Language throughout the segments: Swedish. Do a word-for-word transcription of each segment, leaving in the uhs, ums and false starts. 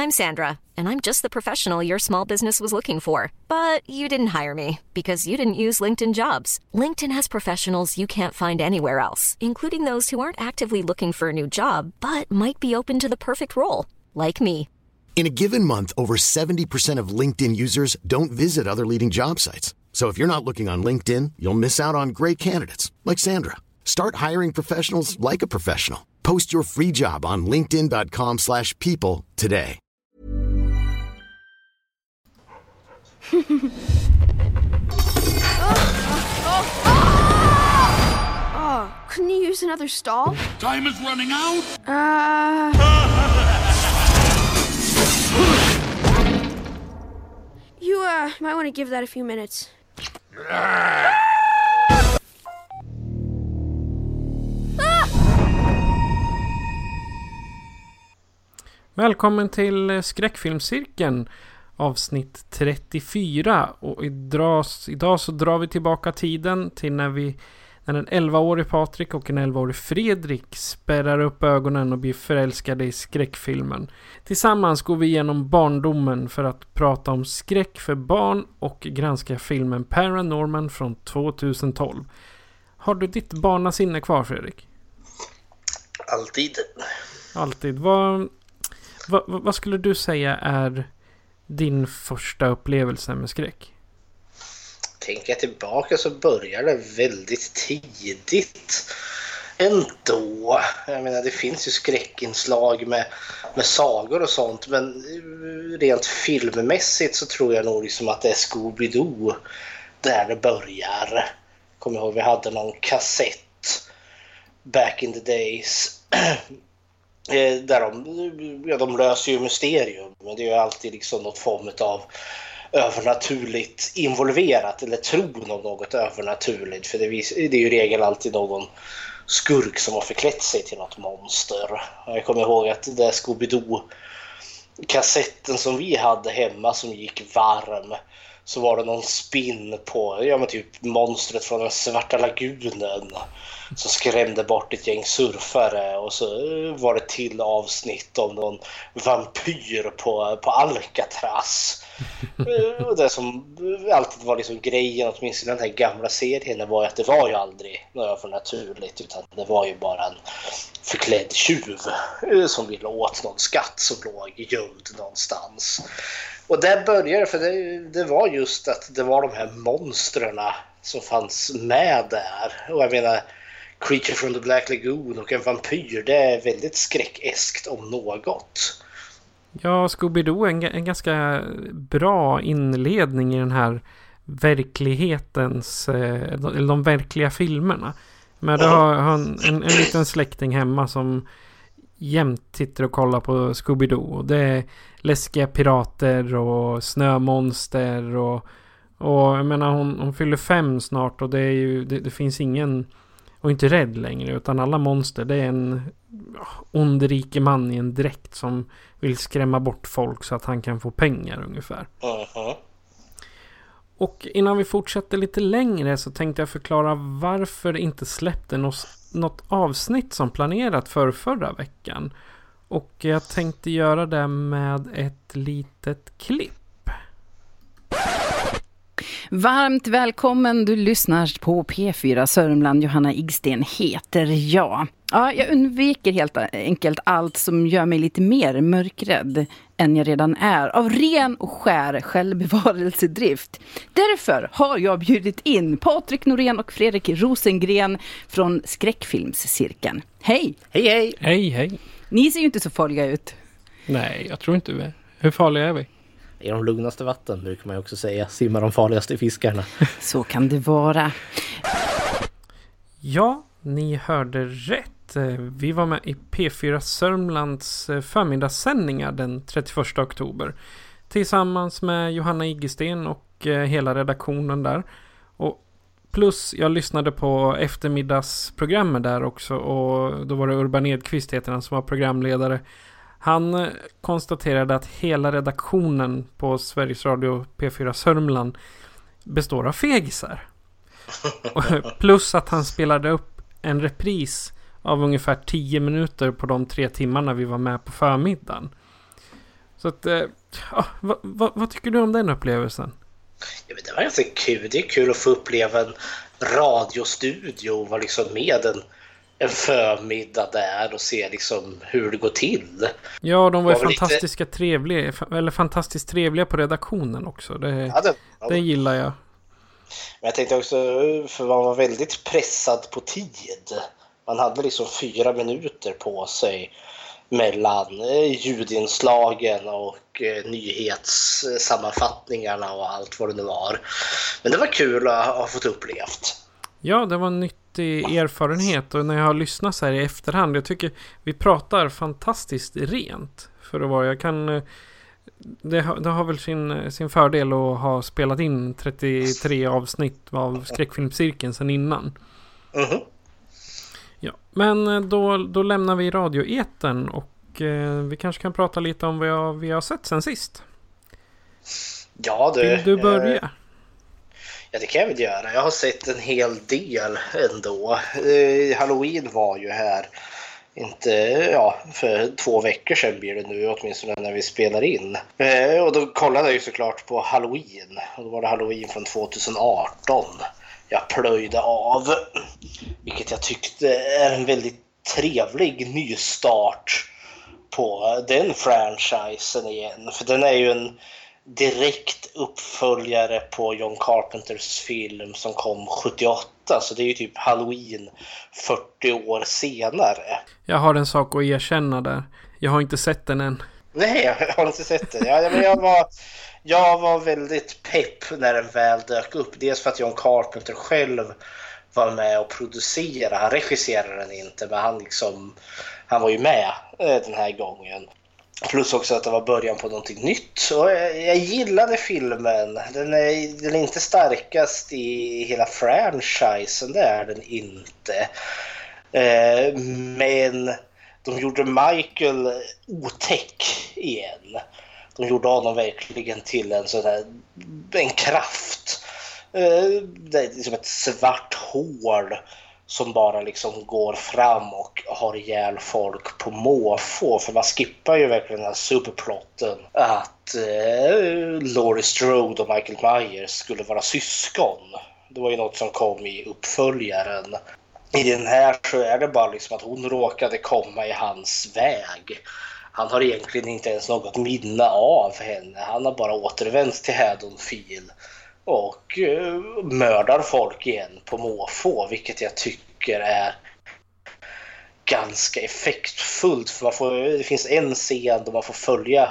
I'm Sandra, and I'm just the professional your small business was looking for. But you didn't hire me because you didn't use LinkedIn Jobs. LinkedIn has professionals you can't find anywhere else, including those who aren't actively looking for a new job, but might be open to the perfect role, like me. In a given month, over seventy percent of LinkedIn users don't visit other leading job sites. So if you're not looking on LinkedIn, you'll miss out on great candidates like Sandra. Start hiring professionals like a professional. Post your free job on linkedin dot com slash people today. oh, oh, oh! oh, couldn't you use another stall? Time is running out. Uh... you, uh, might want to give that a few minutes. Välkommen till Skräckfilmscirkeln, avsnitt trettiofyra. Och idag, idag så drar vi tillbaka tiden till när vi när en elvaårig Patrik och en elvaårig Fredrik spärrar upp ögonen och blir förälskade i skräckfilmen. Tillsammans går vi igenom barndomen för att prata om skräck för barn och granska filmen Paranorman från tjugohundratolv. Har du ditt barnasinne kvar, Fredrik? Alltid. Alltid. Vad, vad, vad skulle du säga är din första upplevelse med skräck? Tänker jag tillbaka så börjar det väldigt tidigt ändå. Jag menar, det finns ju skräckinslag med, med sagor och sånt, men rent filmmässigt så tror jag nog liksom att det är Scooby-Doo där det börjar. Kommer ihåg, vi hade någon kassett back in the days där de, ja, de löser ju mysterium, men det är ju alltid liksom något form av övernaturligt involverat eller tron om något övernaturligt, för det är ju i regel alltid någon skurk som har förklätt sig till något monster. Jag kommer ihåg att det Scooby-Doo-kassetten som vi hade hemma som gick varm, så var det någon spin på, ja men typ monstret från den svarta lagunen som skrämde bort ett gäng surfare, och så var det till avsnitt om någon vampyr på, på Alcatraz. Och det som alltid var liksom grejen, åtminstone den här gamla serien, var att det var ju aldrig något för naturligt, utan det var ju bara en förklädd tjuv som ville åt någon skatt som låg gömd någonstans. Och där började, för det, det var just att det var de här monsterna som fanns med där. Och jag menar, Creature from the Black Lagoon och en vampyr, det är väldigt skräckeskt om något. Ja, Scooby-Doo är en, en ganska bra inledning i den här verklighetens, eller de, de verkliga filmerna. Men det har en, en, en liten släkting hemma som jämt tittar och kollar på Scooby-Doo. Och det är läskiga pirater och snömonster och, och jag menar, hon, hon fyller fem snart, och det är ju det, det finns ingen, och inte rädd längre, utan alla monster, det är en ond rike man i en dräkt som vill skrämma bort folk så att han kan få pengar ungefär. Uh-huh. Och innan vi fortsätter lite längre så tänkte jag förklara varför det inte släppte något, något avsnitt som planerat för förra veckan. Och jag tänkte göra det med ett litet klipp. Varmt välkommen, du lyssnar på P fyra Sörmland. Johanna Igsten heter jag. Ja, jag undviker helt enkelt allt som gör mig lite mer mörkrädd än jag redan är, av ren och skär självbevarelsedrift. Därför har jag bjudit in Patrik Norén och Fredrik Rosengren från Skräckfilmscirkeln. Hej! Hej, hej! Hej, hej! Ni ser ju inte så farliga ut. Nej, jag tror inte vi. Hur farliga är vi? I de lugnaste vatten brukar man ju också säga. Simmar de farligaste fiskarna. Så kan det vara. Ja, ni hörde rätt. Vi var med i P fyra Sörmlands förmiddagssändningar den trettioförsta oktober. Tillsammans med Johanna Igsten och hela redaktionen där. Och plus jag lyssnade på eftermiddagsprogrammet där också. Och då var det Urban Edqvist heter han som var programledare. Han konstaterade att hela redaktionen på Sveriges Radio P fyra Sörmland består av fegisar. Plus att han spelade upp en repris av ungefär tio minuter på de tre timmarna vi var med på förmiddagen. Så att, eh, ja, vad, vad, vad tycker du om den upplevelsen? Ja, men det var ganska kul. Det är kul att få uppleva en radiostudio och vara liksom med en, en förmiddag där och se liksom hur det går till. Ja, de var ju Var fantastiska lite... trevliga, eller fantastiskt trevliga på redaktionen också. Det, ja, det, ja, det gillar jag. Men jag tänkte också, för man var väldigt pressad på tid. Man hade liksom fyra minuter på sig mellan ljudinslagen och nyhetssammanfattningarna och allt vad det nu var. Men det var kul att ha fått upplevt. Ja, det var en nyttig erfarenhet, och när jag har lyssnat så här i efterhand, jag tycker vi pratar fantastiskt rent för att vara. Jag kan, det, har, det har väl sin, sin fördel att ha spelat in trettiotre avsnitt av Skräckfilmscirkeln sedan innan. Mm-hmm. Ja, men då, då lämnar vi radioeten och eh, vi kanske kan prata lite om vad jag, vi har sett sen sist. Ja, du. Vill du börja? Eh, ja, det kan jag väl göra. Jag har sett en hel del ändå. Eh, Halloween var ju här. Inte, ja, för två veckor sedan blir det nu, åtminstone när vi spelar in. Eh, och då kollade jag ju såklart på Halloween. Och då var det Halloween från tjugoarton. Jag plöjde av, vilket jag tyckte är en väldigt trevlig nystart på den franchisen igen. För den är ju en direkt uppföljare på John Carpenters film som kom sjuttioåtta. Så det är ju typ Halloween fyrtio år senare. Jag har en sak att erkänna där. Jag har inte sett den än. Nej, jag har inte sett den. Jag, jag, var, jag var väldigt pepp när den väl dök upp. Dels för att John Carpenter själv var med och producerade. Han regisserade den inte, men han, liksom, han var ju med den här gången. Plus också att det var början på någonting nytt. Och jag, jag gillade filmen. Den är, den är inte starkast i hela franchisen, det är den inte. Eh, men de gjorde Michael otäck igen. De gjorde honom verkligen till en sån här, en kraft. Eh, det är liksom ett svart hål som bara liksom går fram och har ihjäl folk på måfå. För man skippar ju verkligen den här superplotten att eh, Laurie Strode och Michael Myers skulle vara syskon. Det var ju något som kom i uppföljaren. I den här så är det bara liksom att hon råkade komma i hans väg. Han har egentligen inte ens något minne av henne. Han har bara återvänt till Haddonfield och uh, mördar folk igen på måfå, vilket jag tycker är ganska effektfullt. För man får, det finns en scen där man får följa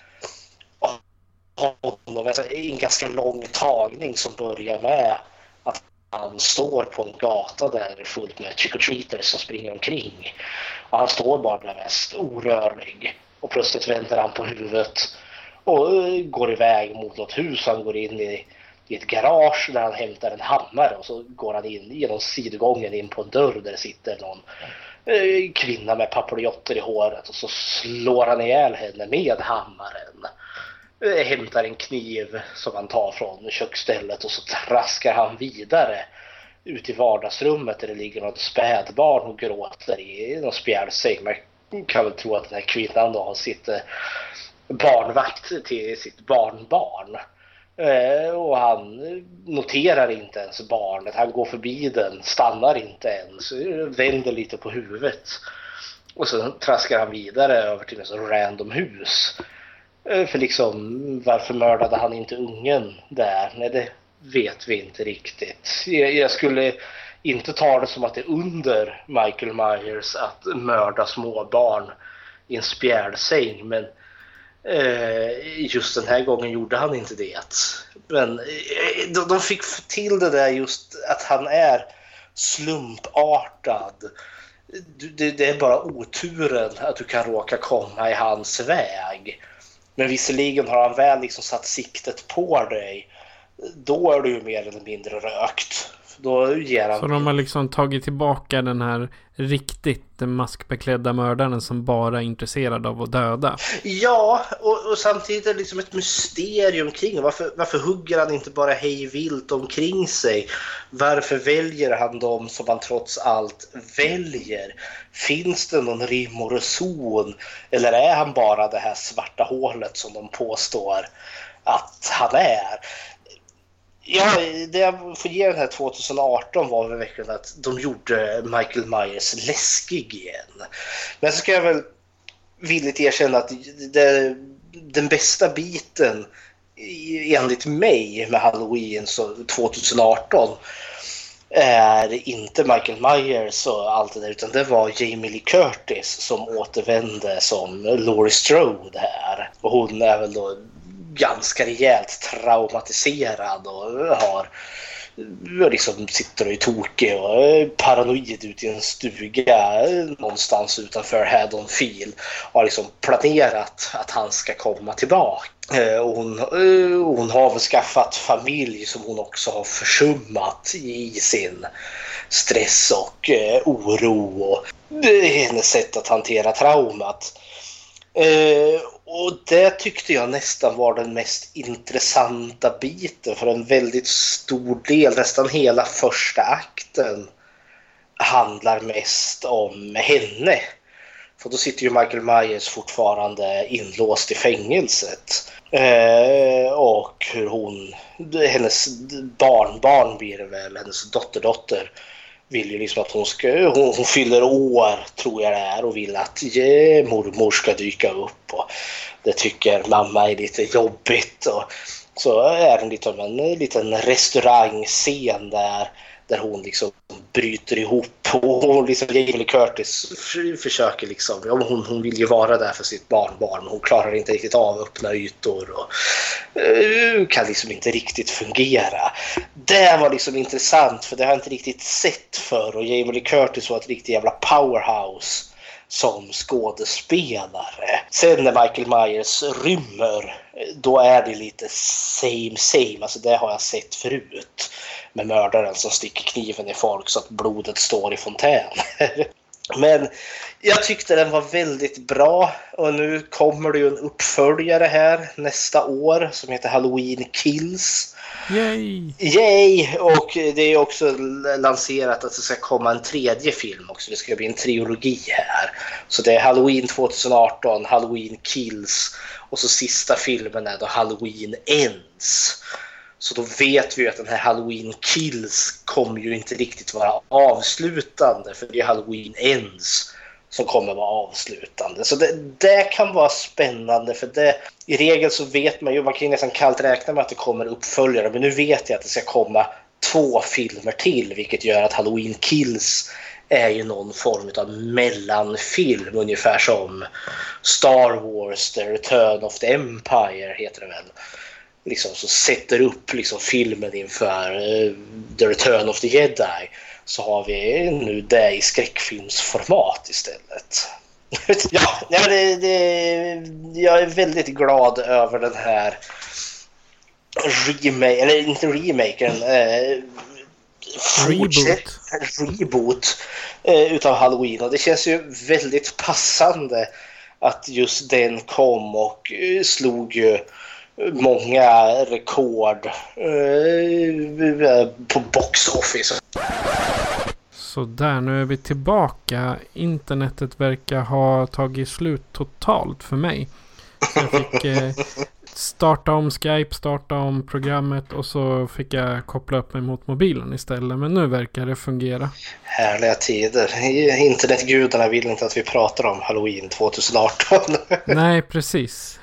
honom, en ganska lång tagning som börjar med att han står på en gata där fullt med trick-or-treaters som springer omkring. Och han står bara där mest orörlig. Och plötsligt vänder han på huvudet och går iväg mot något hus. Han går in i, i ett garage där han hämtar en hammare. Och så går han in genom sidogången in på en dörr där det sitter någon eh, kvinna med papiljotter i håret. Och så slår han ihjäl henne med hammaren. Hämtar en kniv som han tar från köksstället och så traskar han vidare ut i vardagsrummet där det ligger något spädbarn och gråter i någon spjälsäng. Man kan väl tro att den här kvinnan då har sitt barnvakt till sitt barnbarn. Och han noterar inte ens barnet. Han går förbi den, stannar inte ens, vänder lite på huvudet. Och så traskar han vidare över till en sån random hus. För liksom, varför mördade han inte ungen där? Nej, det vet vi inte riktigt. Jag, jag skulle inte ta det som att det är under Michael Myers att mörda små barn i en spjälsäng. Men eh, just den här gången gjorde han inte det. Men eh, de, de fick till det där just att han är slumpartad. Det, det är bara oturen att du kan råka komma i hans väg. Men visserligen har han väl liksom satt siktet på dig. Då är du ju mer eller mindre rökt. Då ger han... Så de har liksom tagit tillbaka den här riktigt maskbeklädda mördaren som bara är intresserad av att döda. Ja, och, och samtidigt är det liksom ett mysterium kring varför, varför hugger han inte bara hej vilt omkring sig? Varför väljer han dem som han trots allt väljer? Finns det någon rim och reson? Eller är han bara det här svarta hålet som de påstår att han är? Ja, det jag får ge den här tjugo arton var väl verkligen att de gjorde Michael Myers läskig igen. Men så ska jag väl villigt erkänna att det, den bästa biten enligt mig med Halloween så tjugo arton är inte Michael Myers och allt det där, utan det var Jamie Lee Curtis som återvände som Laurie Strode här. Och hon är väl då ganska rejält traumatiserad och har liksom sitter och är tokig och paranoid ute i en stuga någonstans utanför Haddonfield och har liksom planerat att han ska komma tillbaka. Och hon, hon har väl skaffat familj som hon också har försummat i sin stress och oro och hennes sätt att hantera traumat. Uh, och det tyckte jag nästan var den mest intressanta biten, för en väldigt stor del, nästan hela första akten handlar mest om henne. För då sitter ju Michael Myers fortfarande inlåst i fängelset. Uh, och hur hon, hennes barnbarn blir det väl, hennes dotterdotter vill ju liksom att hon ska, hon, hon fyller år tror jag det är och vill att yeah, mormor ska dyka upp och det tycker mamma är lite jobbigt och så är det lite en, en liten restaurangscen där där hon liksom bryter ihop och hon liksom, Jamie Lee Curtis försöker liksom, ja, hon, hon vill ju vara där för sitt barnbarn men hon klarar inte riktigt av öppna ytor och uh, kan liksom inte riktigt fungera. Det var liksom intressant för det har jag inte riktigt sett för och Jamie Lee Curtis var ett riktigt jävla powerhouse som skådespelare. Sen när Michael Myers rymmer, då är det lite same same, alltså det har jag sett förut med mördaren som sticker kniven i folk så att blodet står i fontän. Men jag tyckte den var väldigt bra och nu kommer det ju en uppföljare här nästa år som heter Halloween Kills. Yay! Yay! Och det är också lanserat att det ska komma en tredje film också. Det ska bli en trilogi här. Så det är Halloween tjugo arton, Halloween Kills och så sista filmen är då Halloween Ends. Så då vet vi ju att den här Halloween Kills kommer ju inte riktigt vara avslutande för det är Halloween Ends som kommer vara avslutande. Så det, det kan vara spännande för det, i regel så vet man ju, man kan ju nästan kallt räkna med att det kommer uppföljare, men nu vet jag att det ska komma två filmer till, vilket gör att Halloween Kills är ju någon form av mellanfilm, ungefär som Star Wars The Return of the Empire heter det väl. Liksom, så sätter upp liksom filmen inför uh, The Return of the Jedi, så har vi nu det i skräckfilmsformat istället. ja, det, det, jag är väldigt glad över den här remake, eller inte remaken, eh, Reboot. reboot eh, utav Halloween, och det känns ju väldigt passande att just den kom och eh, slog ju många rekord eh, på box office. Så där, nu är vi tillbaka. Internetet verkar ha tagit slut totalt för mig. Så jag fick eh, starta om Skype, starta om programmet och så fick jag koppla upp mig mot mobilen istället. Men nu verkar det fungera. Härliga tider. Internetgudarna vill inte att vi pratar om Halloween tjugo arton. Nej, precis.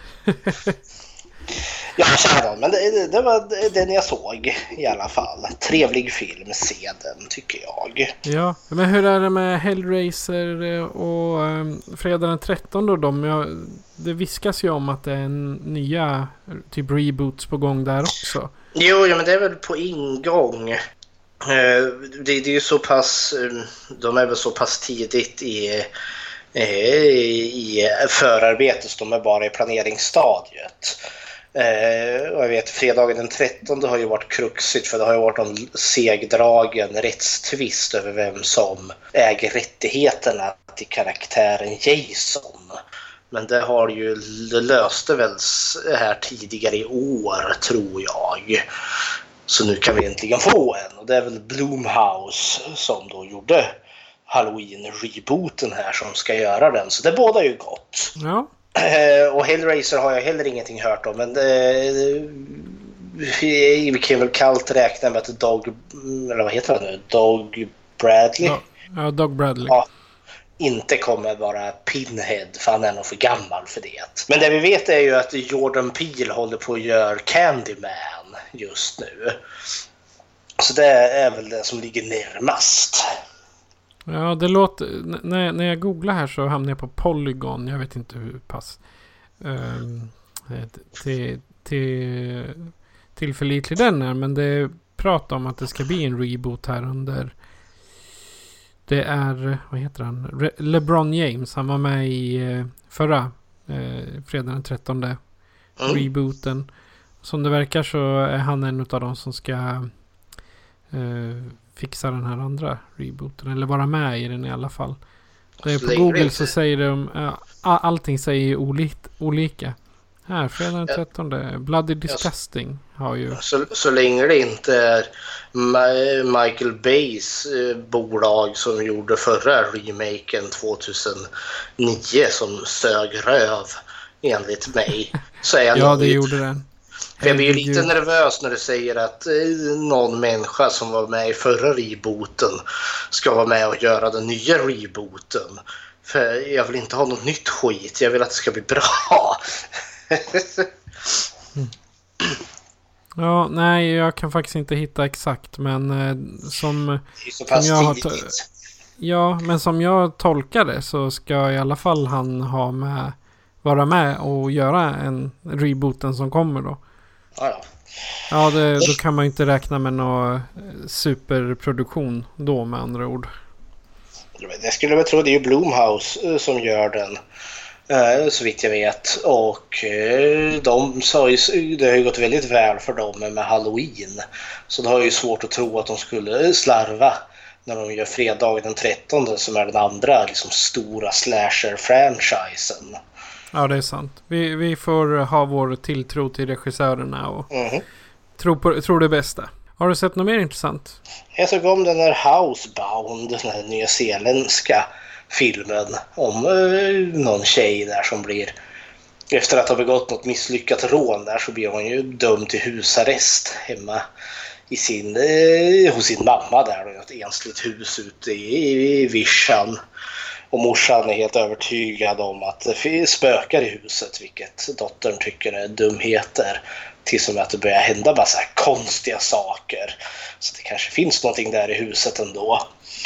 Ja, känner men det, det var den jag såg i alla fall. Trevlig film, se den tycker jag. Ja, men hur är det med Hellraiser och um, fredag den trettonde och dem? Ja, det viskas ju om att det är en nya typ reboots på gång där också. Jo, ja, men det är väl på ingång. Uh, det, det är ju så pass, um, de är väl så pass tidigt i, uh, i förarbetet, så de är bara i planeringsstadiet. Eh, och jag vet, fredagen den trettonde har ju varit kruxigt, för det har ju varit en segdragen rättstvist över vem som äger rättigheterna till karaktären Jason. Men det har ju det löste väl här tidigare i år, tror jag. Så nu kan vi äntligen få en. Och det är väl Blumhouse som då gjorde Halloween-rebooten här som ska göra den. Så det båda ju gott. Ja. Och Hellraiser har jag heller ingenting hört om. Men det, vi kan väl kallt räkna med att Doug, eller vad heter han nu? Doug Bradley? Ja, Doug Bradley. Ja, inte kommer vara Pinhead, för han är nog för gammal för det. Men det vi vet är ju att Jordan Peele håller på att göra Candyman just nu. Så det är väl det som ligger närmast. Ja, det låter... N- när, när jag googlar här så hamnar jag på Polygon. Jag vet inte hur pass um, till, till, tillförlitlig den är. Men det pratar om att det ska bli en reboot här under... Det är... Vad heter han? Re- LeBron James. Han var med i uh, förra uh, fredagen den trettonde. Mm. Rebooten. Som det verkar så är han en av de som ska... Uh, fixa den här andra rebooten, eller vara med i den i alla fall. Det är på Google så säger de uh, allting säger oli- olika. Här, fredag den trettonde. Bloody Disgusting har ju... Så, så länge det inte är Ma- Michael Bays eh, bolag som gjorde förra remaken tjugohundranio som sög röv enligt mig, så är jag ja, nöjd. Det gjorde den. För jag blir ju lite nervös när du säger att någon människa som var med i förra rebooten ska vara med och göra den nya rebooten. För jag vill inte ha något nytt skit. Jag vill att det ska bli bra. mm. Ja, nej, jag kan faktiskt inte hitta exakt. Men eh, som, det är så pass som jag har tidigt. to- Ja, men som jag tolkar det så ska i alla fall han ha med, vara med och göra en rebooten som kommer då. Ja, ja. Ja, det, då kan man ju inte räkna med någon superproduktion då, med andra ord. Jag skulle väl tro det är ju Blumhouse som gör den, så vitt jag vet. Och de sa ju, det har ju gått väldigt väl för dem med Halloween. Så det har ju svårt att tro att de skulle slarva när de gör fredag den trettonde som är den andra liksom stora slasher-franchisen. Ja, det är sant. Vi, vi får ha vår tilltro till regissörerna och mm. tro, på, tro det bästa. Har du sett något mer intressant? Jag såg om den här Housebound, den här nyzeeländska filmen om uh, någon tjej där som blir, efter att ha begått något misslyckat rån där, så blir hon ju dömd till husarrest hemma i sin, uh, hos sin mamma där, i ett ensligt hus ute i, i Vischan. Och morsan är helt övertygad om att det spökar i huset, vilket dottern tycker är dumheter. Tills som att det börjar hända massa konstiga saker. Så det kanske finns någonting där i huset ändå.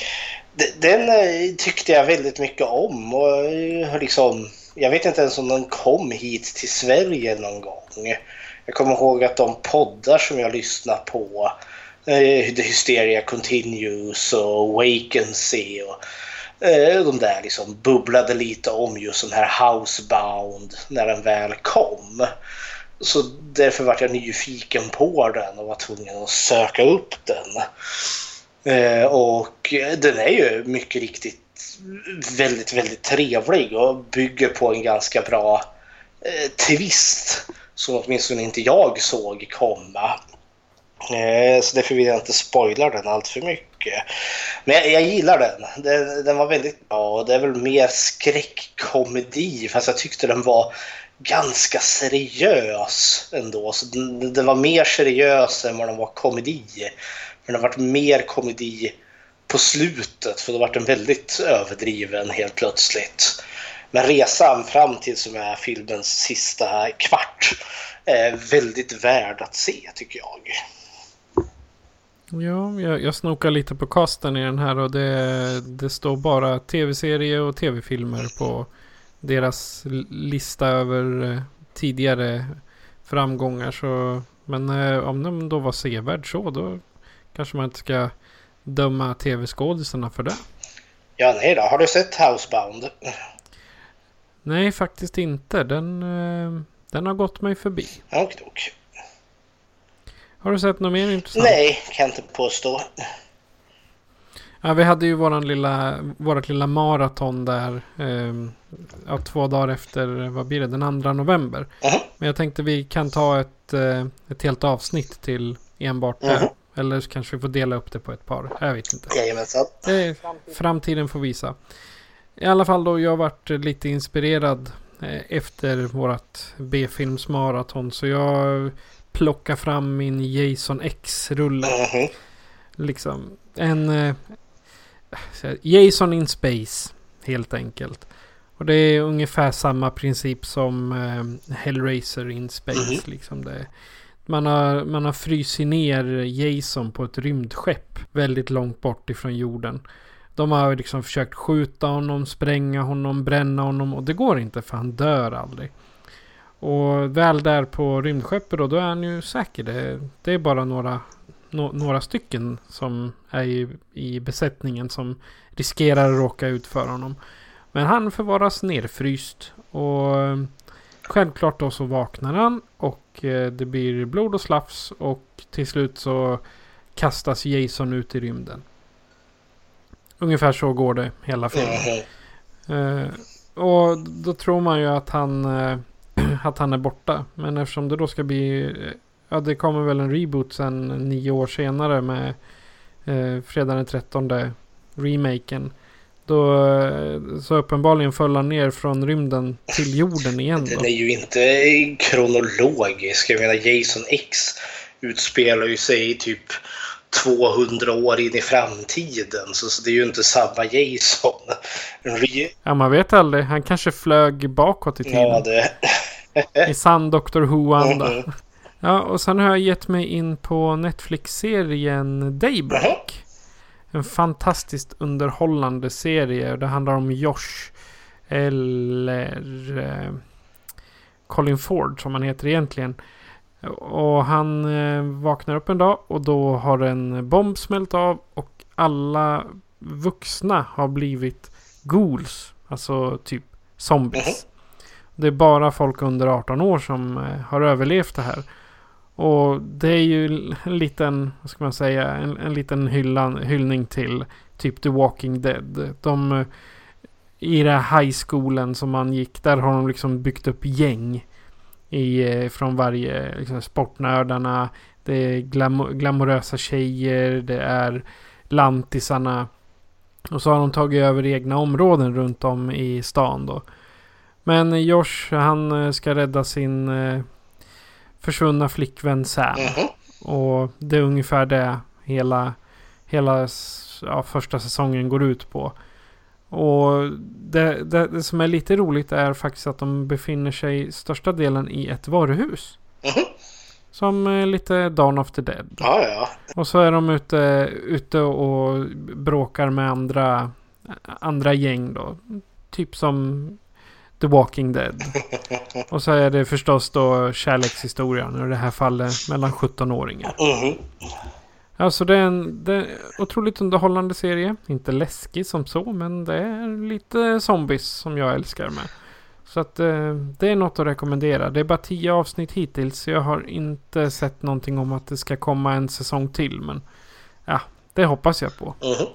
Den tyckte jag väldigt mycket om. Och liksom, jag vet inte ens om den kom hit till Sverige någon gång. Jag kommer ihåg att de poddar som jag lyssnar på, The Hysteria Continues och Vacancy och de där liksom bubblade lite om just den här Housebound när den väl kom. Så därför var jag nyfiken på den och var tvungen att söka upp den. Eh, och den är ju mycket riktigt väldigt, väldigt trevlig och bygger på en ganska bra eh, twist som åtminstone inte jag såg komma. Eh, så därför vill jag inte spoila den allt för mycket. Men jag, jag gillar den. den. Den var väldigt bra och det är väl mer skräckkomedi, fast jag tyckte den var ganska seriös ändå. Så den, den var mer seriös än vad den var komedi. Men den var mer komedi på slutet, för det var den väldigt överdriven helt plötsligt. Men resan fram till som är filmens sista kvart är väldigt värd att se, tycker jag. Ja, jag, jag snokar lite på casten i den här och det, det står bara tv-serier och tv-filmer på deras lista över eh, tidigare framgångar. Så, men eh, om de då var sevärd så, då kanske man inte ska döma tv-skådisarna för det. Ja, nej då. Har du sett Housebound? Nej, faktiskt inte. Den, eh, Den har gått mig förbi. Och dock. Har du sett något mer intressant? Nej, kan inte påstå. Ja, vi hade ju våran lilla, vårat lilla maraton där eh, ja, två dagar efter, vad blir det, den andra november. Uh-huh. Men jag tänkte vi kan ta ett, eh, ett helt avsnitt till enbart uh-huh. där. Eller så kanske vi får dela upp det på ett par. Jag vet inte. Jajamensan. Det framtiden får visa. I alla fall då, jag har varit lite inspirerad eh, efter vårat B-filmsmaraton. Så jag plockar fram min Jason X-rulle. Uh-huh. Liksom en eh, Jason in Space helt enkelt. Och det är ungefär samma princip som eh, Hellraiser in Space. Mm-hmm. Liksom det. Man har, man har frysit ner Jason på ett rymdskepp väldigt långt bort ifrån jorden. De har liksom försökt skjuta honom, spränga honom, bränna honom och det går inte för han dör aldrig. Och väl där på rymdskeppet då, då är han ju säker. Det, det är bara några No- några stycken som är i, i besättningen som riskerar att råka ut för honom. Men han förvaras nerfryst och eh, självklart då så vaknar han och eh, det blir blod och slafs och till slut så kastas Jason ut i rymden. Ungefär så går det hela filmen. Eh, och då tror man ju att han eh, att han är borta. Men eftersom det då ska bli eh, ja, det kommer väl en reboot sen nio år senare med eh, fredag den trettonde remaken. Då eh, så uppenbarligen föll han ner från rymden till jorden igen. Den är ju inte kronologisk. Jag menar, Jason X utspelar ju sig typ tvåhundra år in i framtiden. Så, så det är ju inte samma Jason. Re- ja, man vet aldrig. Han kanske flög bakåt i tiden. Ja, det. I sann doktor Who-anda. Mm-hmm. Ja, och sen har jag gett mig in på Netflix-serien Daybreak. En fantastiskt underhållande serie. Det handlar om Josh eller eh, Colin Ford som han heter egentligen. Och han eh, vaknar upp en dag och då har en bomb smält av och alla vuxna har blivit ghouls. Alltså typ zombies. Mm-hmm. Det är bara folk under arton år som eh, har överlevt det här. Och det är ju en liten, vad ska man säga, en, en liten hyllan, hyllning till typ The Walking Dead. De, i det här high schoolen som man gick, där har de liksom byggt upp gäng i, från varje liksom, sportnördarna. Det är glam, glamorösa tjejer, det är lantisarna. Och så har de tagit över egna områden runt om i stan då. Men Josh, han ska rädda sin eh, försvunna flickvän Sam. Mm-hmm. Och det är ungefär det hela, hela ja, första säsongen går ut på. Och det, det, det som är lite roligt är faktiskt att de befinner sig största delen i ett varuhus. Mm-hmm. Som är lite Dawn of the Dead. Ja, ja. Och så är de ute, ute och bråkar med andra, andra gäng då. Typ som The Walking Dead. Och så är det förstås då kärlekshistorien i det här fallet mellan sjutton-åringar. Mm-hmm. Alltså det är en, det är en otroligt underhållande serie. Inte läskig som så, men det är lite zombies som jag älskar med. Så att eh, det är något att rekommendera. Det är bara tio avsnitt hittills. Jag har inte sett någonting om att det ska komma en säsong till. Men ja, det hoppas jag på. Mm-hmm.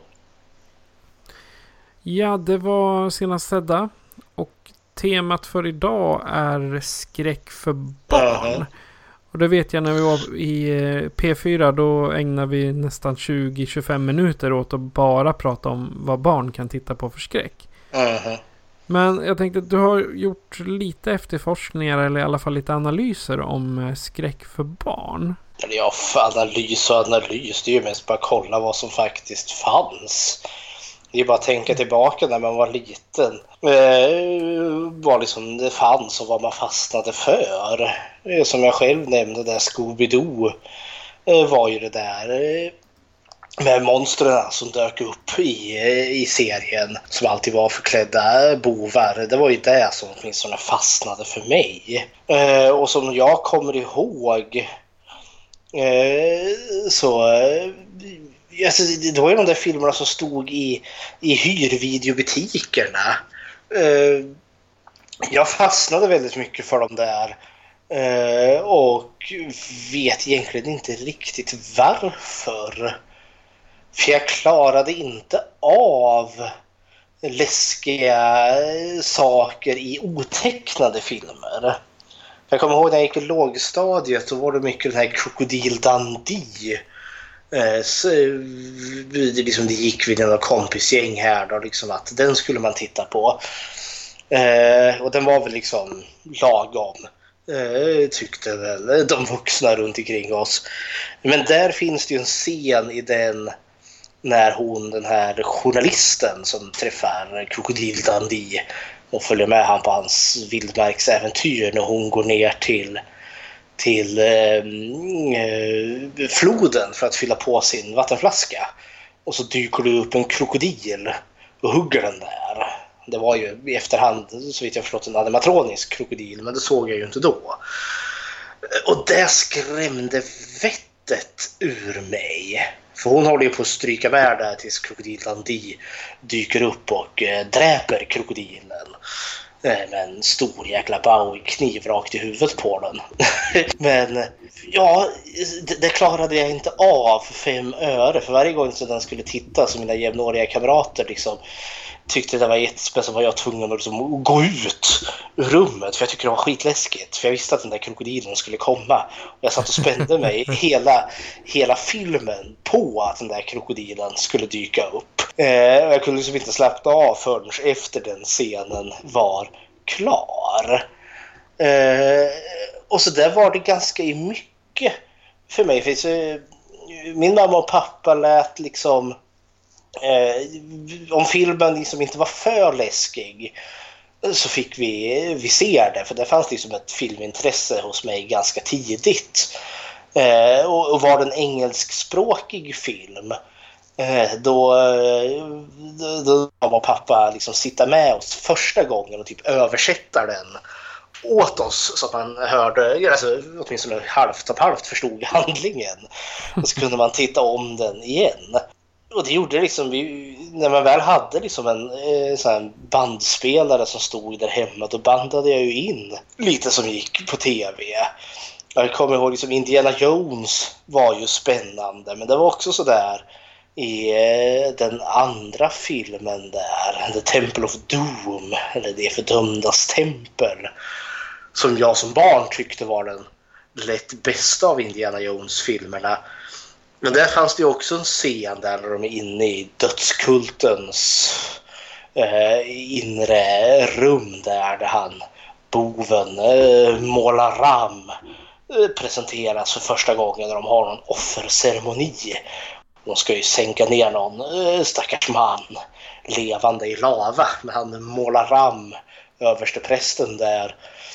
Ja, det var senast sedda. Och temat för idag är skräck för barn. Mm-hmm. Och det vet jag när vi var i P fyra, då ägnar vi nästan tjugo till tjugofem minuter åt att bara prata om vad barn kan titta på för skräck. Mm-hmm. Men jag tänkte att du har gjort lite efterforskningar eller i alla fall lite analyser om skräck för barn. Ja, för analys och analys, det är ju mest bara kolla vad som faktiskt fanns. Det är bara att tänka tillbaka när man var liten. Eh, vad liksom det fanns och vad man fastnade för. Eh, som jag själv nämnde, där Scooby-Doo eh, var ju det där eh, med monstren som dök upp i, i serien. Som alltid var förklädda bovar. Det var ju det som åtminstone fastnade för mig. Eh, och som jag kommer ihåg eh, så... Eh, Alltså, det var ju de där filmerna som stod i, i hyrvideobutikerna. Uh, jag fastnade väldigt mycket för de där Eh, och vet egentligen inte riktigt varför. För jag klarade inte av läskiga saker i otecknade filmer. Jag kommer ihåg när jag gick i lågstadiet, då var det mycket den här Krokodil Dundee. Eh, så, det, liksom, det gick vid en kompisgäng här då, liksom, att den skulle man titta på. Eh, och den var väl liksom lagom. Eh, tyckte väl de vuxna runt omkring oss. Men där finns det ju en scen i den när hon, den här journalisten som träffar Krokodil Dundee och följer med han på hans vildmarksäventyr, när hon går ner till till eh, eh, floden för att fylla på sin vattenflaska, och så dyker det upp en krokodil och hugger den där. Det var ju i efterhand, så vitt jag förstått, en animatronisk krokodil, men det såg jag ju inte då. Och det skrämde vettet ur mig. För hon håller ju på att stryka med där tills Krokodil Dundee dyker upp och eh, dräper krokodilen eh, med en stor jäkla Bowie-kniv rakt i huvudet på den. Men ja, det, det klarade jag inte av för fem öre. För varje gång som den skulle titta, så mina jämnåriga kamrater liksom tyckte det var jättespännande, så var jag tvungen att liksom gå ut ur rummet, för jag tyckte det var skitläskigt, för jag visste att den där krokodilen skulle komma, och jag satt och spände mig hela, hela filmen på att den där krokodilen skulle dyka upp. Eh, jag kunde liksom inte släppa av förrän efter den scenen var klar. Eh, och så där var det ganska mycket för mig, för så, min mamma och pappa lät liksom Eh, om filmen liksom inte var för läskig, så fick vi, vi se det, för det fanns liksom ett filmintresse hos mig ganska tidigt. Eh, och, och var det en engelskspråkig film, eh, då, då, då var pappa liksom sitta med oss första gången och typ översätta den åt oss, så att man hörde, alltså, åtminstone halvt och halvt förstod handlingen, och så kunde man titta om den igen. Och det gjorde liksom, vi, när man väl hade liksom en eh, sån här bandspelare som stod där hemma, då bandade jag ju in lite som gick på tv. Jag kommer ihåg liksom Indiana Jones var ju spännande, men det var också så där i eh, den andra filmen där, The Temple of Doom, eller det fördömdas tempel, som jag som barn tyckte var den lätt bästa av Indiana Jones-filmerna. Men där fanns det ju också en scen där de är inne i dödskultens eh, inre rum, där, där han, boven, eh, Mola Ram, eh, presenteras för första gången, när de har någon offerceremoni. De ska ju sänka ner någon eh, stackars man levande i lava, men han Mola Ram, översteprästen där,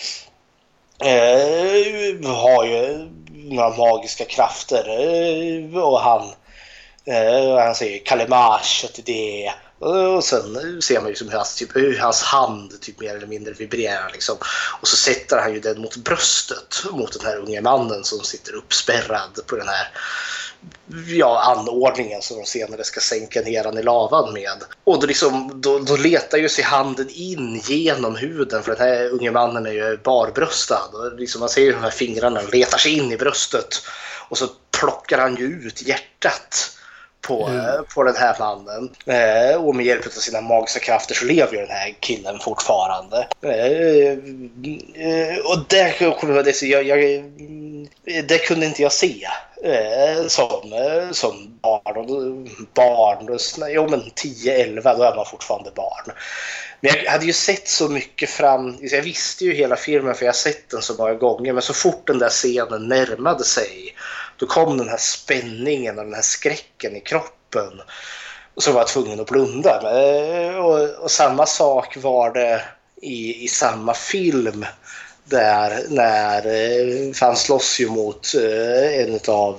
eh, har ju några magiska krafter, och han eh, han säger Kalemash till det, och sen ser man ju som hur hans, typ, hur hans hand typ mer eller mindre vibrerar liksom, och så sätter han ju den mot bröstet mot den här unge mannen som sitter uppspärrad på den här, ja, anordningen som de senare ska sänka ner han i lavan med. Och då, liksom, då, då letar ju sig handen in genom huden, för den här unge mannen är ju barbröstad, och liksom man ser ju de här fingrarna letar sig in i bröstet, och så plockar han ju ut hjärtat på, mm. på den här mannen. Eh, och med hjälp av sina magiska krafter så lever ju den här killen fortfarande. Eh, eh, och det, jag, jag, det kunde inte jag se eh, som, eh, som barn. barn jo, men tio elva, då är man fortfarande barn. Men jag hade ju sett så mycket fram, jag visste ju hela filmen, för jag har sett den så många gånger, men så fort den där scenen närmade sig, då kom den här spänningen och den här skräcken i kroppen, och så var jag tvungen att blunda. Och, och samma sak var det i, i samma film, där när han slåss ju mot en av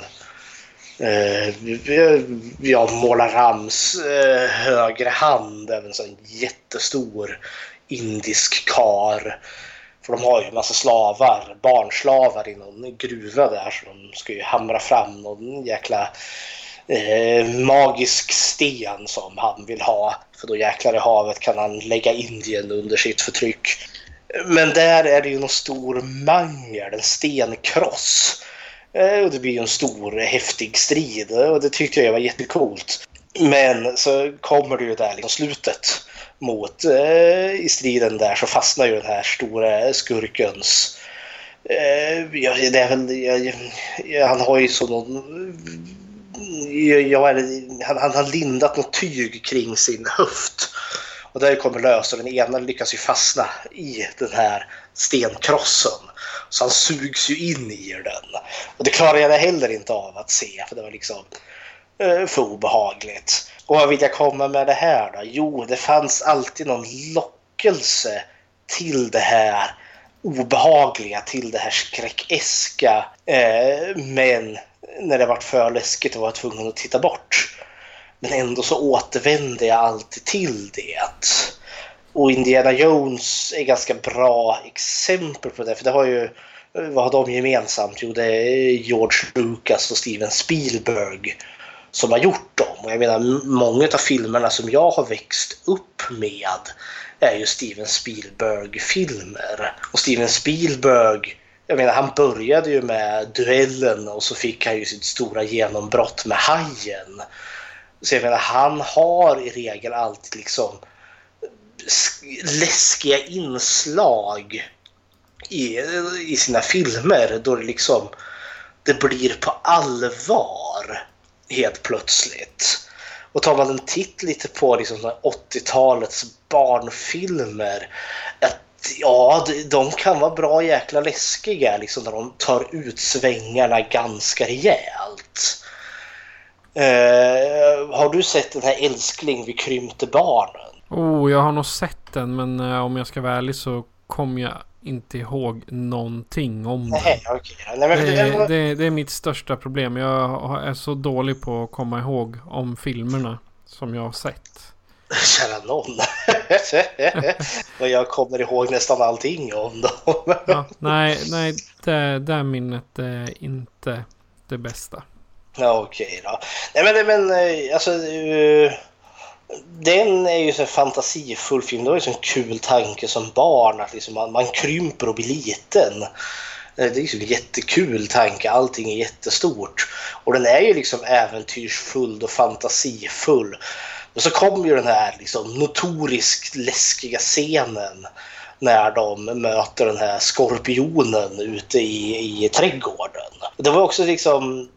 ja, Mola Rams högre hand, även en sån jättestor indisk kar. För de har ju en massa slavar, barnslavar i någon gruva där, så de ska ju hamra fram någon jäkla eh, magisk sten som han vill ha. För då jäklar i havet kan han lägga Indien under sitt förtryck. Men där är det ju någon stor mangel, en stenkross. Och det blir ju en stor häftig strid och det tyckte jag var jättecoolt. Men så kommer det ju där liksom slutet mot eh, i striden där så fastnar ju den här stora skurkens eh, ja, det är väl jag, jag, han har ju så någon jag, jag, han, han har lindat något tyg kring sin höft och där kommer lösa den ena lyckas ju fastna i den här stenkrossen så han sugs ju in i den och det klarar jag heller inte av att se för det var liksom för obehagligt. Och vad vill jag komma med det här då? Jo, det fanns alltid någon lockelse till det här obehagliga, till det här skräckeska. Eh, men när det var för läskigt var jag tvungen att titta bort. Men ändå så återvände jag alltid till det. Och Indiana Jones är ganska bra exempel på det. För det har ju, vad har de gemensamt? Jo, det är George Lucas och Steven Spielberg som har gjort dem. Och jag menar, många av filmerna som jag har växt upp med är ju Steven Spielberg-filmer. Och Steven Spielberg, jag menar, han började ju med Duellen och så fick han ju sitt stora genombrott med Hajen. Så jag menar, han har i regel alltid liksom läskiga inslag i, i sina filmer då det liksom det blir på allvar helt plötsligt. Och tar man en titt lite på liksom åttiotalets barnfilmer att ja, de kan vara bra jäkla läskiga liksom när de tar ut svängarna ganska rejält. Uh, har du sett den här Älskling, vi krympte barnen? Oh, jag har nog sett den, men uh, om jag ska vara ärlig så kommer jag inte ihåg någonting om den. Nej, okay. Nej, men det, det, det, det är mitt största problem. Jag är så dålig på att komma ihåg om filmerna som jag har sett. Kära någon. Men jag kommer ihåg nästan allting om dem. Ja, nej, nej det, det minnet är inte det bästa. Ja, okej då. Nej, men, men alltså... Uh... Den är ju så fantasifull film. Det är ju så en kul tanke som barn att liksom man, man krymper och blir liten. Det är ju så en jättekul tanke. Allting är jättestort. Och den är ju liksom äventyrsfull och fantasifull. Och så kommer ju den här liksom notoriskt läskiga scenen när de möter den här skorpionen ute i, i trädgården. Det var också liksom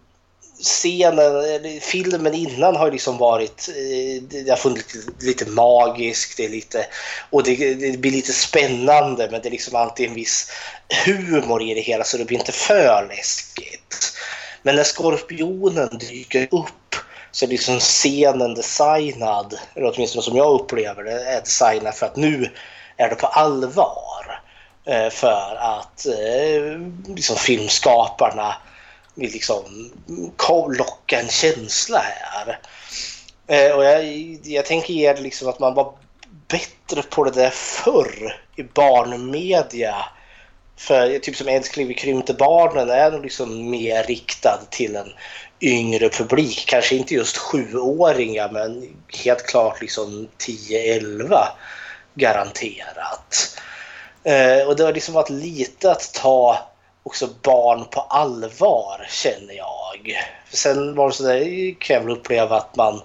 scenen, filmen innan har liksom varit det har funnits lite, lite magisk, det är lite och det, det blir lite spännande, men det är liksom alltid en viss humor i det hela så det blir inte för läskigt. Men när skorpionen dyker upp så är liksom scenen designad, eller åtminstone som jag upplever det är designad för att nu är det på allvar, för att liksom filmskaparna vill liksom locka en känsla här. Eh, och jag, jag tänker ge det liksom att man var bättre på det där förr i barnmedia. För typ som Älskling, vi krympte barnen är nog liksom mer riktad till en yngre publik. Kanske inte just sjuåringar, men helt klart liksom tio elva garanterat. Eh, och det har liksom varit lite att ta också barn på allvar, känner jag. Sen var det så där, kan jag väl uppleva att man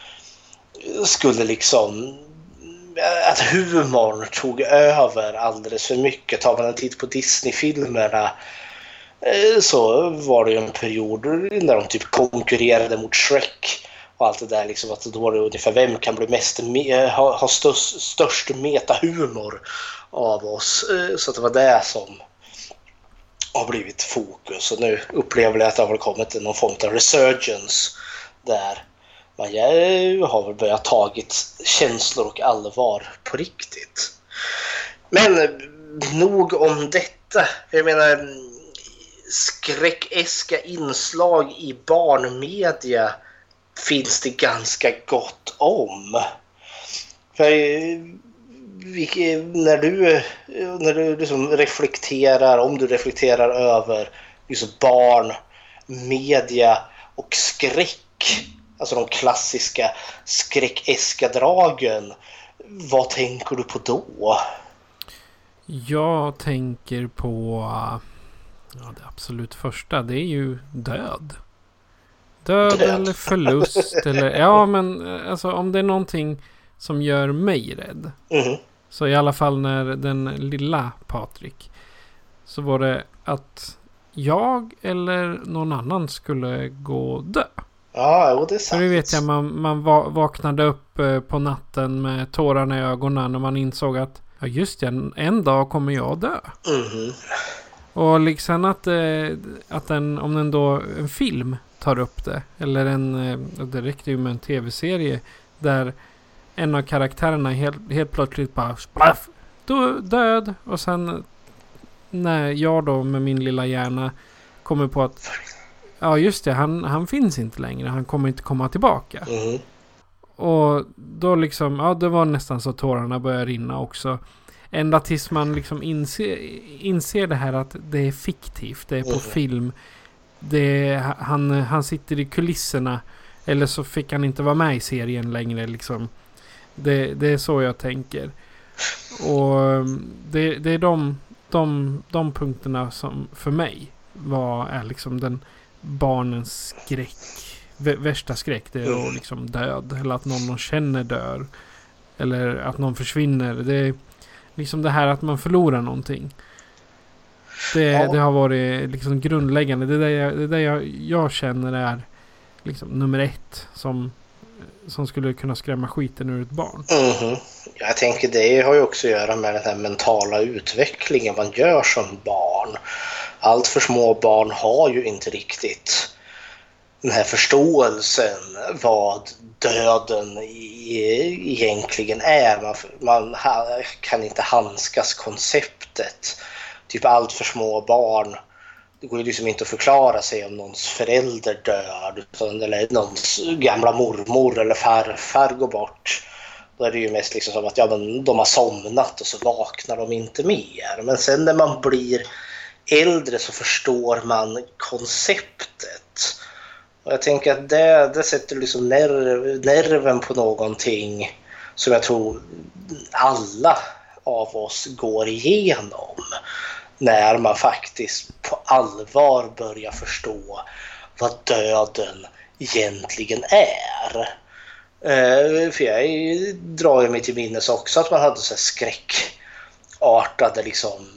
skulle liksom att humorn tog över alldeles för mycket. Tar man en titt på Disney-filmerna så var det ju en period när de typ konkurrerade mot Shrek och allt det där liksom, att då var det ungefär vem kan bli mest ha, ha störst, störst metahumor av oss. Så att det var det som har blivit fokus, och nu upplever jag att det har kommit någon form av resurgence där man har väl börjat tagit känslor och allvar på riktigt. Men nog om detta. Jag menar, skräckeska inslag i barnmedia finns det ganska gott om. För när du, när du liksom reflekterar, om du reflekterar över liksom barn, media och skräck, alltså de klassiska skräckeska dragen, vad tänker du på då? Jag tänker på ja, det absolut första. Det är ju död. Död, död. Eller förlust. eller, ja, men alltså, om det är någonting som gör mig rädd. Mm. Så i alla fall när den lilla Patrik. Så var det att jag eller någon annan skulle gå dö. Ja, det är sant. För det vet jag, man, man vaknade upp på natten med tårarna i ögonen när man insåg att ja just det, en dag kommer jag dö. Mm. Och liksom att, att en, om den då en film tar upp det, eller en, det räcker ju med en tv-serie där en av karaktärerna helt, helt plötsligt bara splaff, då död. Och sen när jag då med min lilla hjärna kommer på att ja just det, han, han finns inte längre. Han kommer inte komma tillbaka. Mm. Och då liksom, ja det var nästan så tårarna började rinna också. Ända tills man liksom inser, inser det här att det är fiktivt. Det är på mm. film. Det är, han, han sitter i kulisserna. Eller så fick han inte vara med i serien längre liksom. Det, det är så jag tänker. Och det, det är de, de, de punkterna som för mig var är liksom den barnens skräck. V- värsta skräck. Det är mm. liksom död. Eller att någon man känner dör. Eller att någon försvinner. Det är liksom det här att man förlorar någonting. Det, ja. det har varit liksom grundläggande. Det är det jag, det där jag, jag känner är liksom nummer ett som som skulle kunna skrämma skiten ur ett barn. Mm-hmm. Jag tänker det har ju också att göra med den här mentala utvecklingen man gör som barn. Allt för små barn har ju inte riktigt den här förståelsen vad döden egentligen är. Man, man kan inte handskas konceptet. Typ allt för små barn. Det går ju liksom inte att förklara sig om någons förälder dör eller någons gamla mormor eller farfar går bort. Då är det ju mest liksom som att ja, men de har somnat och så vaknar de inte mer. Men sen när man blir äldre så förstår man konceptet. Och jag tänker att det, det sätter liksom nerv, nerven på någonting som jag tror alla av oss går igenom. När man faktiskt på allvar börjar förstå vad döden egentligen är. Eh, för jag drar mig till minnes också att man hade så här skräckartade liksom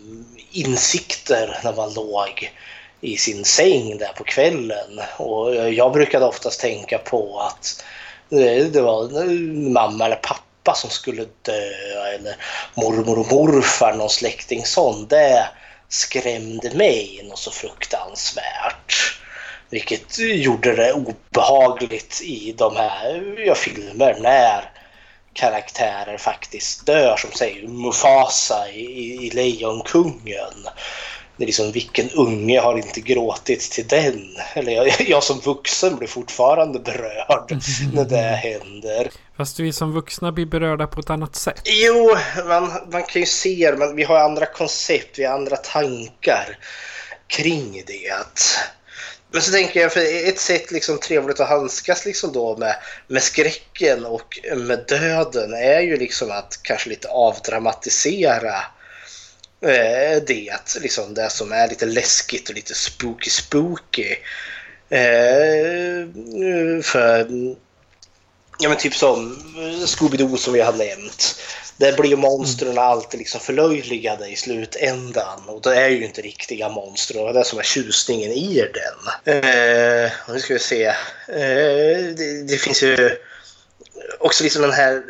insikter när man låg i sin säng där på kvällen. Och jag brukade oftast tänka på att det var mamma eller pappa som skulle dö, eller mormor och morfar, någon släkting sån. Det skrämde mig något så fruktansvärt. Vilket gjorde det obehagligt i de här ja, filmer när karaktärer faktiskt dör, som säger Mufasa i, i, i Lejonkungen. Det är liksom, vilken unge har inte gråtit till den? Eller jag, jag som vuxen blir fortfarande berörd när det händer. Fast vi som vuxna blir berörda på ett annat sätt. Jo, man, man kan ju se, men vi har andra koncept, vi har andra tankar kring det. Men så tänker jag, för ett sätt liksom trevligt att handskas liksom då med, med skräcken och med döden är ju liksom att kanske lite avdramatisera eh, det, liksom det som är lite läskigt och lite spooky spooky. Eh, för ja men typ som Scooby-Doo som vi har nämnt. Där blir ju monstren alltid liksom förlöjligade i slutändan. Och det är ju inte riktiga monster. Och det är som är tjusningen i den. Eh, nu ska vi se. Eh, det, det finns ju också liksom den här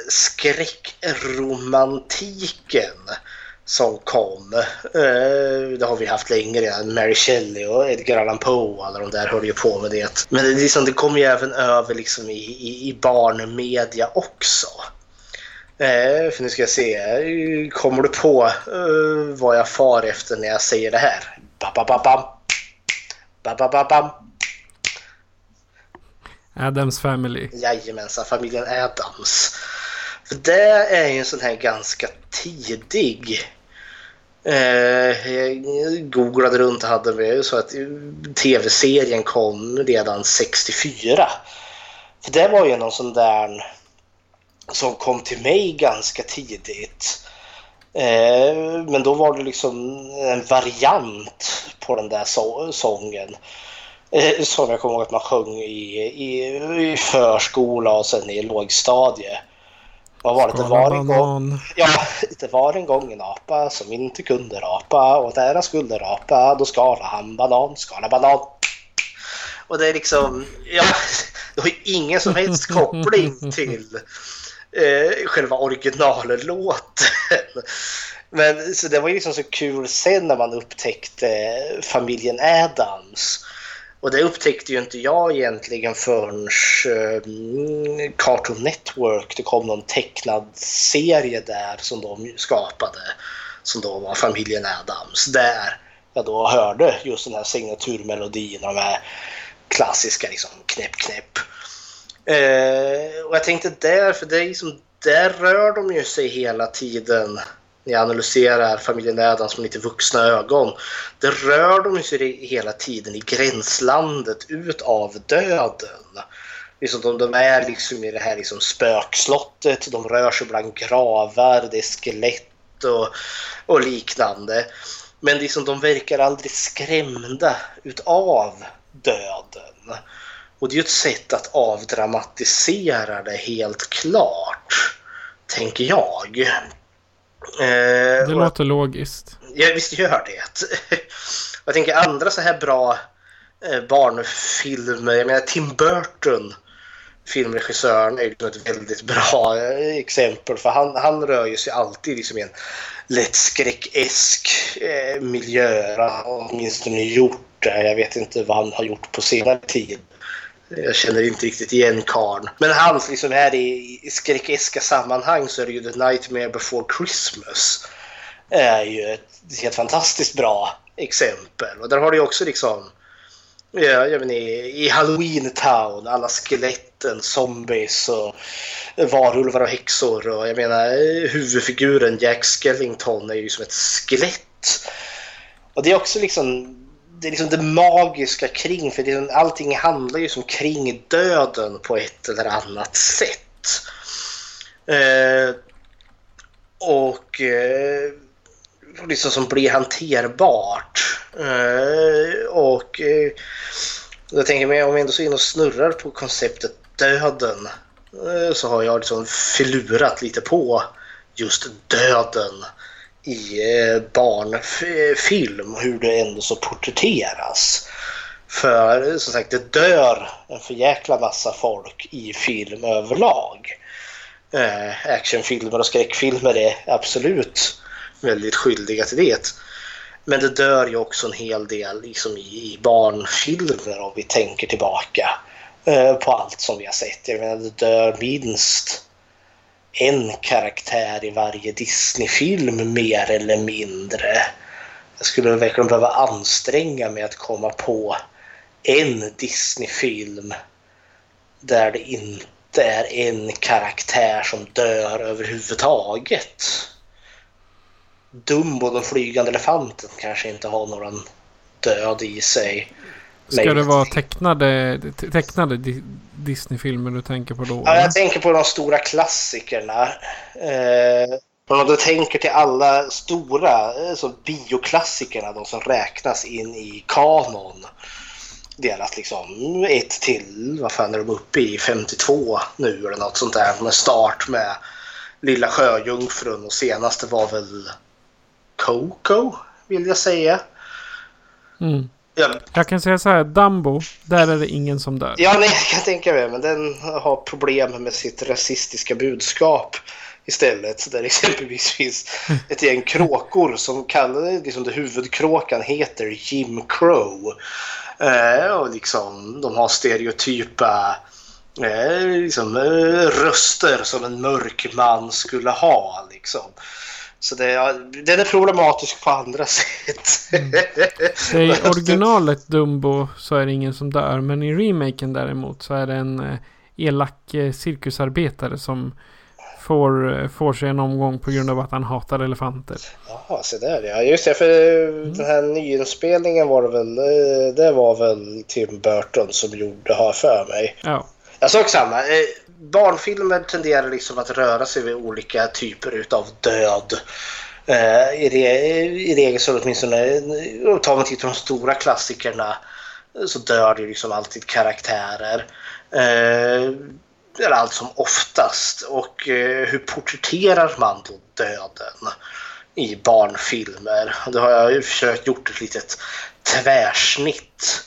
skräckromantiken som kom. Eh, det har vi haft längre. Mary Shelley och Edgar Allan Poe. Alla de där hörde ju på med det. Men det, liksom, det kommer ju även över liksom i, i, i barnmedia också. Eh, för nu ska jag se. Kommer du på eh, vad jag far efter när jag säger det här? Ba-ba-ba-bam. Ba-ba-ba-bam. Adams Family. Jajamensan, familjen Adams. För det är ju en sån här ganska tidig. Eh, jag googlade runt och hade med så att tv-serien kom redan sextiofyra. För det var ju någon sån där som kom till mig ganska tidigt. Eh, men då var det liksom en variant på den där så- sången. Eh, som jag kommer ihåg att man sjöng i, i, i förskola och sen i lågstadie. Vad var det? Det var, en gång, ja, det var en gång en apa som inte kunde rapa, och när han skulle rapa då skala han banan, skala banan. Och det är liksom, ja, det har ju ingen som helst koppling till eh, själva originallåten. Men så det var ju liksom så kul sen när man upptäckte familjen Addams. Och det upptäckte ju inte jag egentligen förrän uh, Cartoon Network. Det kom någon tecknad serie där som de skapade, som då var familjen Addams. Där jag då hörde just den här signaturmelodin och de här klassiska liksom knäpp knäpp. Uh, och jag tänkte där, för det är liksom, där rör de ju sig hela tiden. Jag analyserar familjen Addams med lite vuxna ögon. Det rör de sig hela tiden i gränslandet ut av döden. Liksom de, de är liksom i det här liksom spökslottet. De rör sig bland gravar, det är skelett och, och liknande. Men liksom de verkar aldrig skrämda utav döden. Och det är ju ett sätt att avdramatisera det helt klart, tänker jag. Det uh, låter logiskt. Ja, visst gör det. Jag tänker andra så här bra eh, barnfilmer. Jag menar Tim Burton, filmregissören, är ju ett väldigt bra eh, exempel. För han, han rör ju sig alltid liksom i en lätt skräckesk eh, miljö. Han har åtminstone gjort det. Jag vet inte vad han har gjort på senare tid. Jag känner inte riktigt igen karn. Men hans liksom här i, i skräckeska sammanhang så är det ju The Nightmare Before Christmas. Är ju ett helt fantastiskt bra exempel. Och där har du ju också liksom, ja, jag menar, i, i Halloween Town, alla skeletten, zombies och varulvar och häxor. Och jag menar, huvudfiguren Jack Skellington är ju som ett skelett. Och det är också liksom, det är liksom det magiska kring, för det, allting handlar ju som kring döden på ett eller annat sätt. Eh, och eh, liksom som blir hanterbart. Eh, och eh, jag tänker mig, om vi ändå så in och snurrar på konceptet döden, eh, så har jag liksom filurat lite på just döden i eh, barnfilm, hur det ändå så porträtteras. För som sagt, det dör en för jäkla massa folk i film överlag. Eh, actionfilmer och skräckfilmer är absolut väldigt skyldiga till det. Men det dör ju också en hel del liksom i, i barnfilmer, om vi tänker tillbaka eh, på allt som vi har sett. Jag menar, det dör minst en karaktär i varje Disney-film mer eller mindre. Jag skulle verkligen behöva anstränga mig att komma på en Disney-film där det inte är en karaktär som dör överhuvudtaget. Dumbo, den flygande elefanten, kanske inte har någon död i sig. Ska det vara tecknade, tecknade Disney-filmer du tänker på då? Ja, jag tänker på de stora klassikerna. Eh, om du tänker till alla stora så bioklassikerna, de som räknas in i kanon. Deras liksom ett till, vad fan är de uppe i, femtiotvå nu eller något sånt där. Med start med Lilla Sjöjungfrun, och senaste var väl Coco, vill jag säga. Mm. Ja. Jag kan säga så här, Dumbo, där är det ingen som dör. Ja, nej, jag kan tänka mig, men den har problem med sitt rasistiska budskap istället. Där exempelvis finns ett gäng kråkor som kallar liksom, det huvudkråkan heter Jim Crow. Eh, och liksom, de har stereotypa eh, liksom, eh, röster som en mörk man skulle ha liksom. Så det är, den är problematisk på andra sätt. Mm. Det I originalet Dumbo så är det ingen som dör. Men i remaken däremot så är det en eh, elak eh, cirkusarbetare som får, eh, får sig en omgång på grund av att han hatar elefanter. Jaha, så där ja. Just det, för mm. den här nyinspelningen var det väl, det var väl Tim Burton som gjorde, har för mig. Ja. Jag såg samma. Barnfilmer tenderar liksom att röra sig vid olika typer utav död. Uh, i, re, I regel så åtminstone, tar man till de stora klassikerna, så dör det liksom alltid karaktärer. Uh, det är allt som oftast. Och uh, hur porträtterar man då döden i barnfilmer? Då har jag ju försökt gjort ett litet tvärsnitt.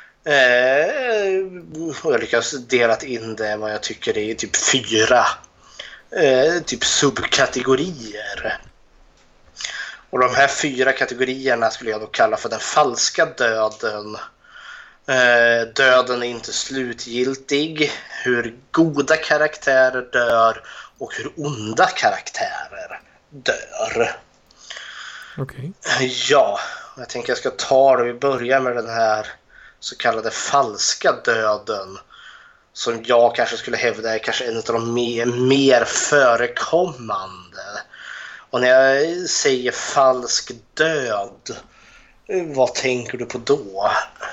Uh, och jag lyckas delat in det vad jag tycker är typ fyra uh, typ subkategorier. Och de här fyra kategorierna skulle jag då kalla för den falska döden. Eh, döden är inte slutgiltig. Hur goda karaktärer dör och hur onda karaktärer dör. Okej. Okay. Ja, jag tänker jag ska ta det. Vi börjar med den här så kallade falska döden. Som jag kanske skulle hävda är kanske en av de mer, mer förekommande. Och när jag säger falsk död, vad tänker du på då?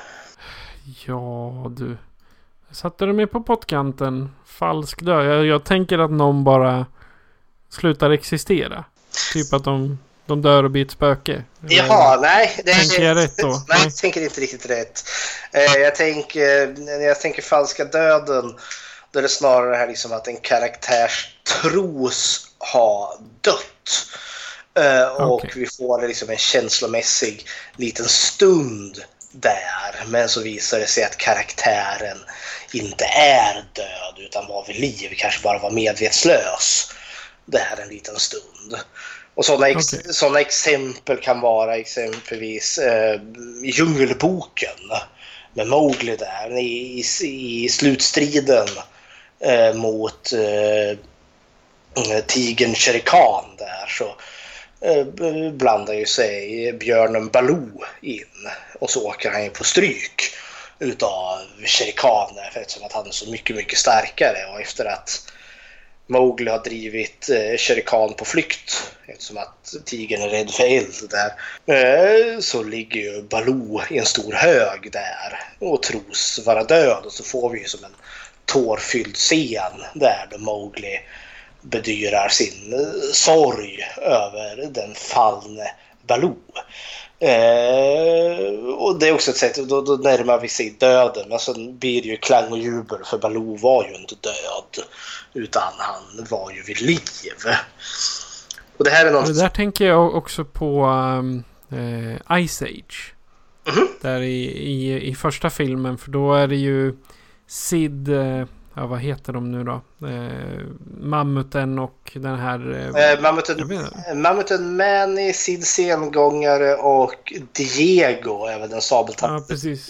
Ja, du. Satte du mig på pottkanten? Falsk död. Jag, jag tänker att någon bara slutar existera. Typ att de, de dör och blir ett spöke. Jaha, nej. Det, tänker jag rätt då? Nej, nej, jag tänker inte riktigt rätt. Jag tänker, när jag tänker falska döden, då är det snarare det här liksom att en karaktärs tros ha dött. Uh, och okay. Vi får liksom en känslomässig liten stund där, men så visar det sig att karaktären inte är död utan var vid liv, kanske bara var medvetslös där en liten stund. Och sådana ex- okay. sådana exempel kan vara exempelvis uh, Djungelboken med Mowgli där i, i, i slutstriden uh, mot uh, tigern Shere Khan där, så eh, blandar ju sig björnen Baloo in och så åker han ju på stryk utav Shere Khan eftersom att han är så mycket mycket starkare, och efter att Mowgli har drivit eh, Shere Khan på flykt eftersom att tigern är rädd för eld där, eh, så ligger ju Baloo i en stor hög där och tros vara död, och så får vi ju som en tårfylld scen där då Mowgli bedyrar sin uh, sorg över den fallne Baloo. Eh, och det är också ett sätt, då, då närmar vi sig döden, men så blir det ju klang och jubel, för Baloo var ju inte död utan han var ju vid liv. Och det här är något... Det där tänker jag också på um, eh, Ice Age. Mm-hmm. Där i, i, i första filmen, för då är det ju Sid... Eh, Ja, vad heter de nu då? Eh, Mammuten och den här... Eh, eh, Mammuten, Mammuten Manny, Sid Sengångare och Diego, även den sabeltappade. Ja, precis.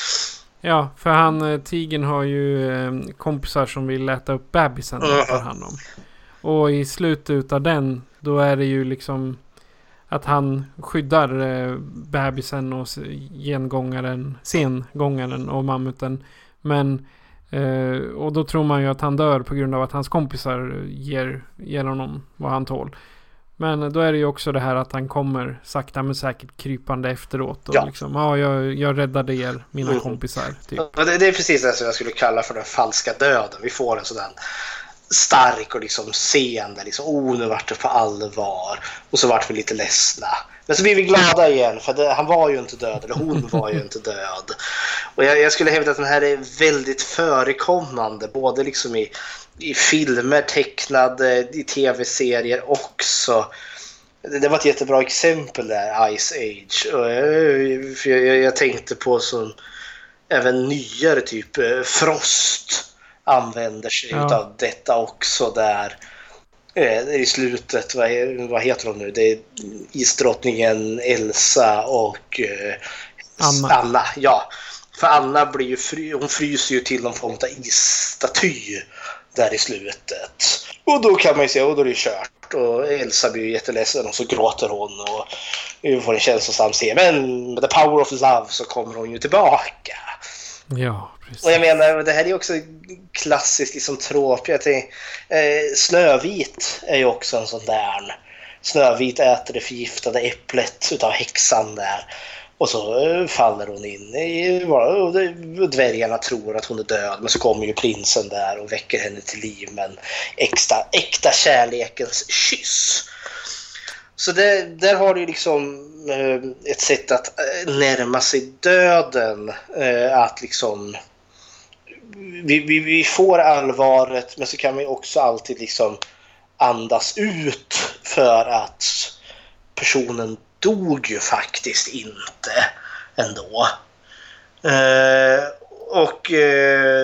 Ja, för han, eh, tigern har ju eh, kompisar som vill äta upp bebisen mm. för hand om. Och i slutet av den, då är det ju liksom att han skyddar eh, bebisen och gengångaren, sengångaren och mammuten. Men Uh, och då tror man ju att han dör på grund av att hans kompisar ger, ger honom vad han tål. Men då är det ju också det här att han kommer sakta men säkert krypande efteråt. Och ja, liksom, ja jag, jag räddade er, mina mm. kompisar. Typ. Det, det är precis det som jag skulle kalla för den falska döden. Vi får en sådan stark och liksom seende, liksom, oh, nu vart det på allvar. Och så vart vi lite ledsna. Men så blir vi glada igen, för det, han var ju inte död, eller hon var ju inte död. Och jag, jag skulle hävda att den här är väldigt förekommande, både liksom i, i filmer, tecknade, i tv-serier också. Det, det var ett jättebra exempel där, Ice Age. Och jag, för jag, jag tänkte på som även nyare typ Frost använder sig ja. av detta också där. I slutet, vad, vad heter de nu? Det är isdrottningen Elsa och eh, Anna. Anna. Ja, för Anna blir ju fry, hon fryser ju till någon form av isstaty där i slutet. Och då kan man ju säga, och då är det kört. Och Elsa blir ju jätteledsen och så gråter hon och vi får en känslosam scen. Men med the power of love så kommer hon ju tillbaka. Ja, precis. Och jag menar, det här är också klassiskt liksom trop. Jag tänkte, eh, Snövit är ju också en sån där. Snövit äter det förgiftade äpplet utav häxan där. Och så eh, faller hon in i, och dvärgarna tror att hon är död. Men så kommer ju prinsen där och väcker henne till liv med en äkta, äkta kärlekens kyss. Så det, där har du liksom eh, ett sätt att närma sig döden. Eh, att liksom vi, vi, vi får allvaret, men så kan vi också alltid liksom andas ut för att personen dog ju faktiskt inte ändå. Eh, och, eh,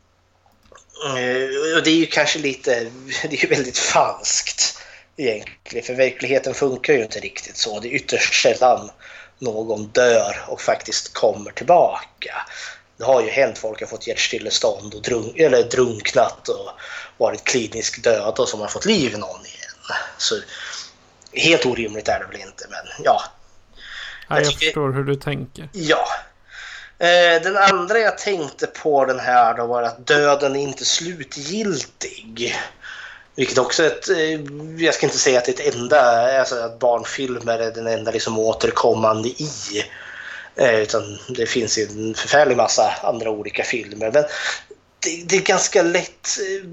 och det är ju kanske lite, det är ju väldigt falskt egentligen, för verkligheten funkar ju inte riktigt så. Det är ytterst sällan någon dör och faktiskt kommer tillbaka. Det har ju hänt, folk har fått hjärtstillestånd och drunk, eller drunknat och varit klinisk död och som har fått liv någon igen. Så helt orimligt är det väl inte, men ja. Ja, jag, jag tycker, förstår hur du tänker. Ja. Eh, den andra jag tänkte på den här då var att döden är inte slutgiltig. Vilket också är ett, eh, jag ska inte säga att det är ett enda, alltså att barnfilmer är den enda liksom återkommande i. Eh, utan det finns ju en förfärlig massa andra olika filmer. Men det, det är ganska lätt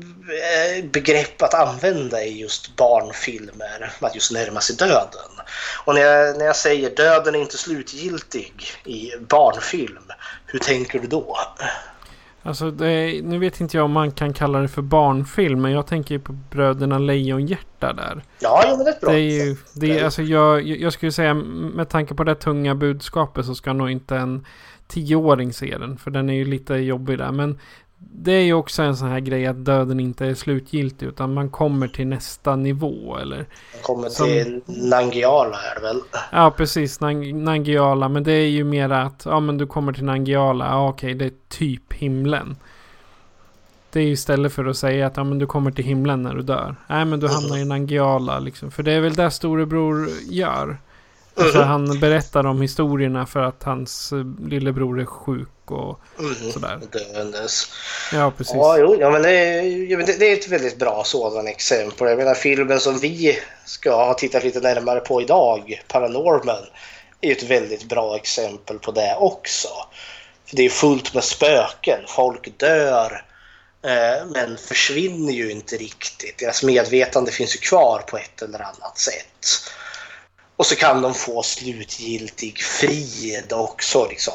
eh, begrepp att använda i just barnfilmer, att just närma sig döden. Och när jag, när jag säger döden är inte slutgiltig i barnfilm, hur tänker du då? Alltså, det, nu vet inte jag om man kan kalla det för barnfilm, men jag tänker på Bröderna Lejonhjärta där. Ja, jo, men det är bra. Det är ju, det är, alltså, jag, jag skulle säga, med tanke på det tunga budskapet så ska nog inte en tioåring se den, för den är ju lite jobbig där. Men det är ju också en sån här grej att döden inte är slutgiltig, utan man kommer till nästa nivå, eller? Man kommer som, till Nangiala är det väl? Ja, precis, Nang, Nangiala, men det är ju mer att ja, men du kommer till Nangiala, ja, okej, det är typ himlen. Det är ju istället för att säga att ja, men du kommer till himlen när du dör. Nej, men du hamnar i Nangiala liksom, för det är väl där storebror gör. Alltså, mm-hmm. Han berättar om historierna för att hans lillebror är sjuk och mm-hmm. sådär. Döendes. Ja, precis. Ja, jo, ja, men det, är, det är ett väldigt bra sådan exempel. Jag menar, filmen som vi ska ha tittat lite närmare på idag, Paranorman, är ett väldigt bra exempel på det också. För det är fullt med spöken. Folk dör, eh, men försvinner ju inte riktigt. Deras medvetande finns ju kvar på ett eller annat sätt. Och så kan de få slutgiltig frid också, liksom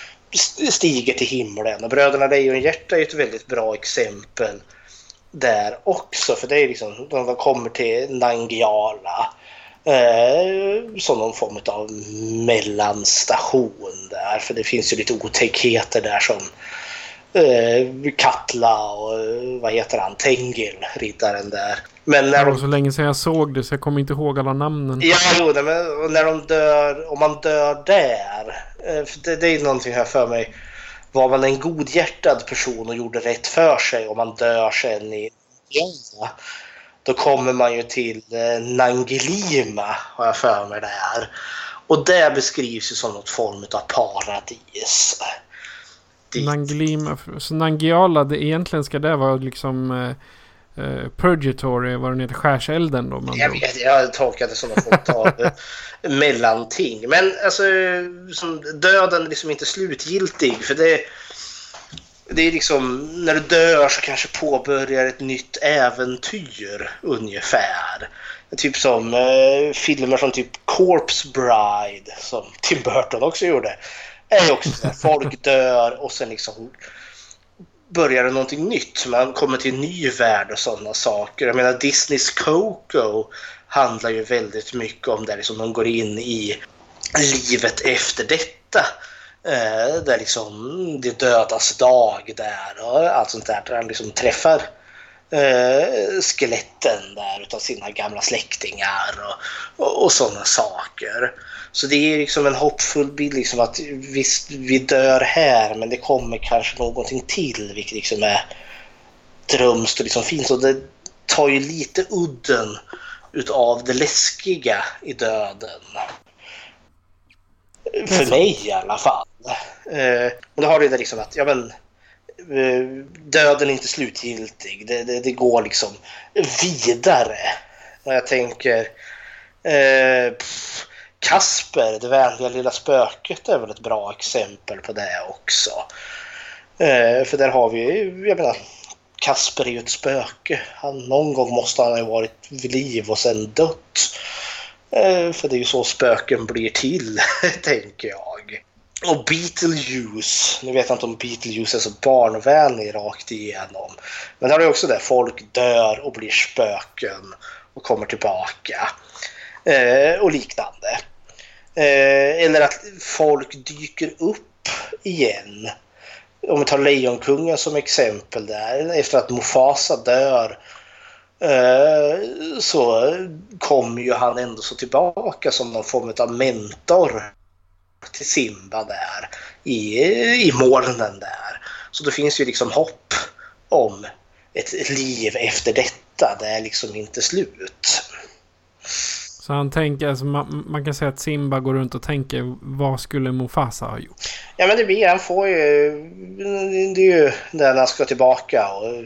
stiger till himlen. Och Bröderna Lejonhjärta är ett väldigt bra exempel där också, för det är liksom, de kommer till Nangiala eh, som någon form av mellanstation där, för det finns ju lite otäckheter där som eh, Katla och vad heter han, Tengil, riddaren där. Men när det var de... så länge sedan jag såg det så jag kommer inte ihåg alla namnen. Ja, jo, men när de dör, om man dör där, för det, det är någonting här för mig. Var man en godhjärtad person och gjorde rätt för sig och man dör sen i Java, då kommer man ju till Nangilima, har jag för mig där. Och det beskrivs ju som något form av paradis. Det... Nangilima, så Nangiala, det egentligen ska det vara liksom... Eh... Uh, Purgatory, var den heter, skärselden då? Man jag vet, jag tolkade det som något form av mellanting. Men alltså, som döden är liksom inte slutgiltig, för det, det är liksom, när du dör så kanske påbörjar ett nytt äventyr ungefär. Typ som uh, filmer som typ Corpse Bride, som Tim Burton också gjorde, är också så här, folk dör och sen liksom börjar det någonting nytt. Man kommer till en ny värld och sådana saker. Jag menar, Disneys Coco handlar ju väldigt mycket om det, liksom de går in i livet efter detta. Eh, där liksom det dödas dag där och allt sånt där. Där han liksom träffar eh, skeletten där utav sina gamla släktingar och, och, och sådana saker. Så det är liksom en hoppfull bild, liksom att visst, vi dör här, men det kommer kanske någonting till, vilket liksom är drömst och liksom fint. Och det tar ju lite udden utav det läskiga i döden. För mig i alla fall. Eh, och då har du det liksom att, ja men, eh, döden är inte slutgiltig. Det, det, det går liksom vidare. Och jag tänker... Eh, pff, Kasper, det vänliga lilla spöket, är väl ett bra exempel på det också. Eh, för där har vi, jag menar, Kasper är ju ett spöke. Han, någon gång måste han ha varit vid liv och sen dött. Eh, för det är ju så spöken blir till, tänker jag. Och Beetlejuice, nu vet jag inte om Beetlejuice är så barnvänlig rakt igenom. Men där är också det, folk dör och blir spöken och kommer tillbaka. Eh, och liknande. Eh, eller att folk dyker upp igen. Om vi tar Lejonkungen som exempel där. Efter att Mufasa dör eh, så kommer ju han ändå så tillbaka som någon form av mentor till Simba där i, i molnen där. Så det finns ju liksom hopp om ett liv efter detta. Det är liksom inte slut. Så han tänker, alltså man, man kan säga att Simba går runt och tänker, vad skulle Mufasa ha gjort? Ja, men det blir, han får ju, det är ju när han ska tillbaka och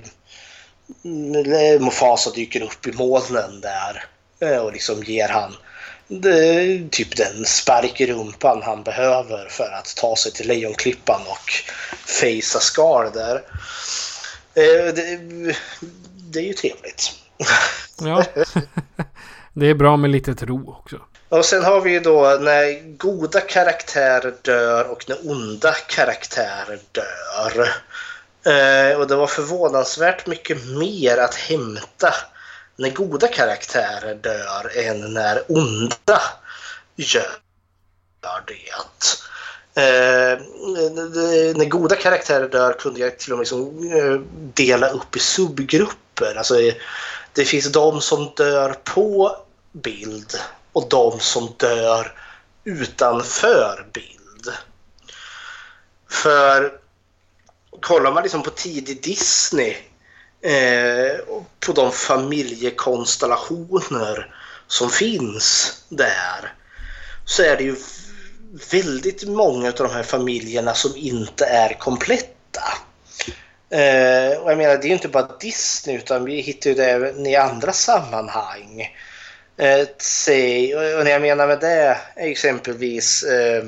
Mufasa dyker upp i molnen där och liksom ger han det, typ den spark i rumpan han behöver för att ta sig till Lejonklippan och fejsa Scar där. Det, det är ju trevligt. Ja, det är bra med lite tro också. Och sen har vi ju då när goda karaktärer dör och när onda karaktärer dör. Eh, och det var förvånansvärt mycket mer att hämta när goda karaktärer dör än när onda gör det. Eh, när goda karaktärer dör kunde jag till och med liksom, eh, dela upp i subgrupper. Alltså, det finns de som dör på bild och de som dör utanför bild. För kollar man liksom på tidig Disney eh, på de familjekonstellationer som finns där, så är det ju väldigt många av de här familjerna som inte är kompletta. Eh, och jag menar, det är ju inte bara Disney, utan vi hittar ju det även i andra sammanhang. Eh, se, och när jag menar med det exempelvis eh,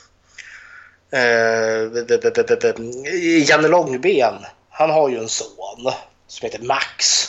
eh, Janne Långben, han har ju en son som heter Max.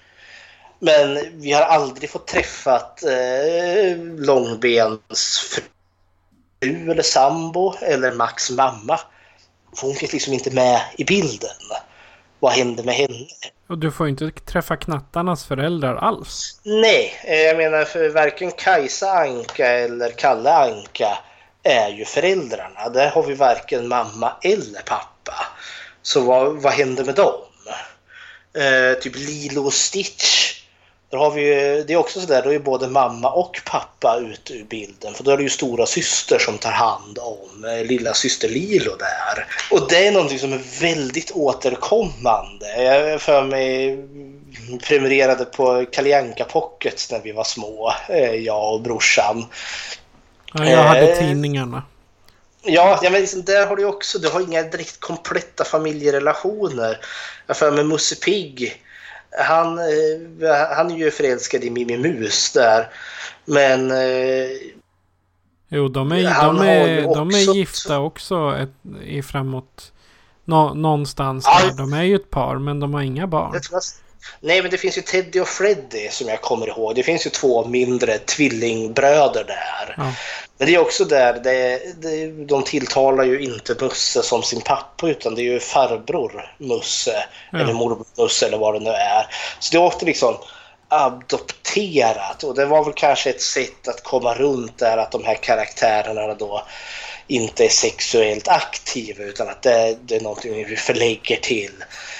Men vi har aldrig fått träffat eh, Långbens fru eller sambo eller Max mamma. Hon finns liksom inte med i bilden. Vad händer med henne? Och du får inte träffa knattarnas föräldrar alls. Nej, jag menar för varken Kajsa Anka eller Kalle Anka är ju föräldrarna. Där har vi varken mamma eller pappa. Så vad, vad händer med dem? Eh, typ Lilo och Stitch. Där har vi ju, det är också sådär, då är både mamma och pappa ute ur bilden. För då är det ju stora syster som tar hand om eh, lilla syster Lilo där. Och det är någonting som är väldigt återkommande. Jag för mig prenumererade på Kalle Anka Pockets när vi var små, eh, jag och brorsan. Ja, jag hade eh, tidningarna. Ja, ja, men liksom, där har du också, du har inga direkt kompletta familjerelationer. Jag för mig Musse Pigg. Han, han är ju förälskad i Mimmi Mus där. Men eh, jo, de är, de är, de är gifta också ett, i framåt nå, någonstans där. Ja, de är ju ett par, men de har inga barn. Nej, men det finns ju Teddy och Freddy som jag kommer ihåg. Det finns ju två mindre tvillingbröder där. Ja. Men det är också där, det, det, de tilltalar ju inte Musse som sin pappa, utan det är ju farbror Musse, ja. Eller morbror Musse eller vad det nu är. Så det är ofta liksom adopterat, och det var väl kanske ett sätt att komma runt där att de här karaktärerna då inte är sexuellt aktiva, utan att det, det är någonting vi förlägger till.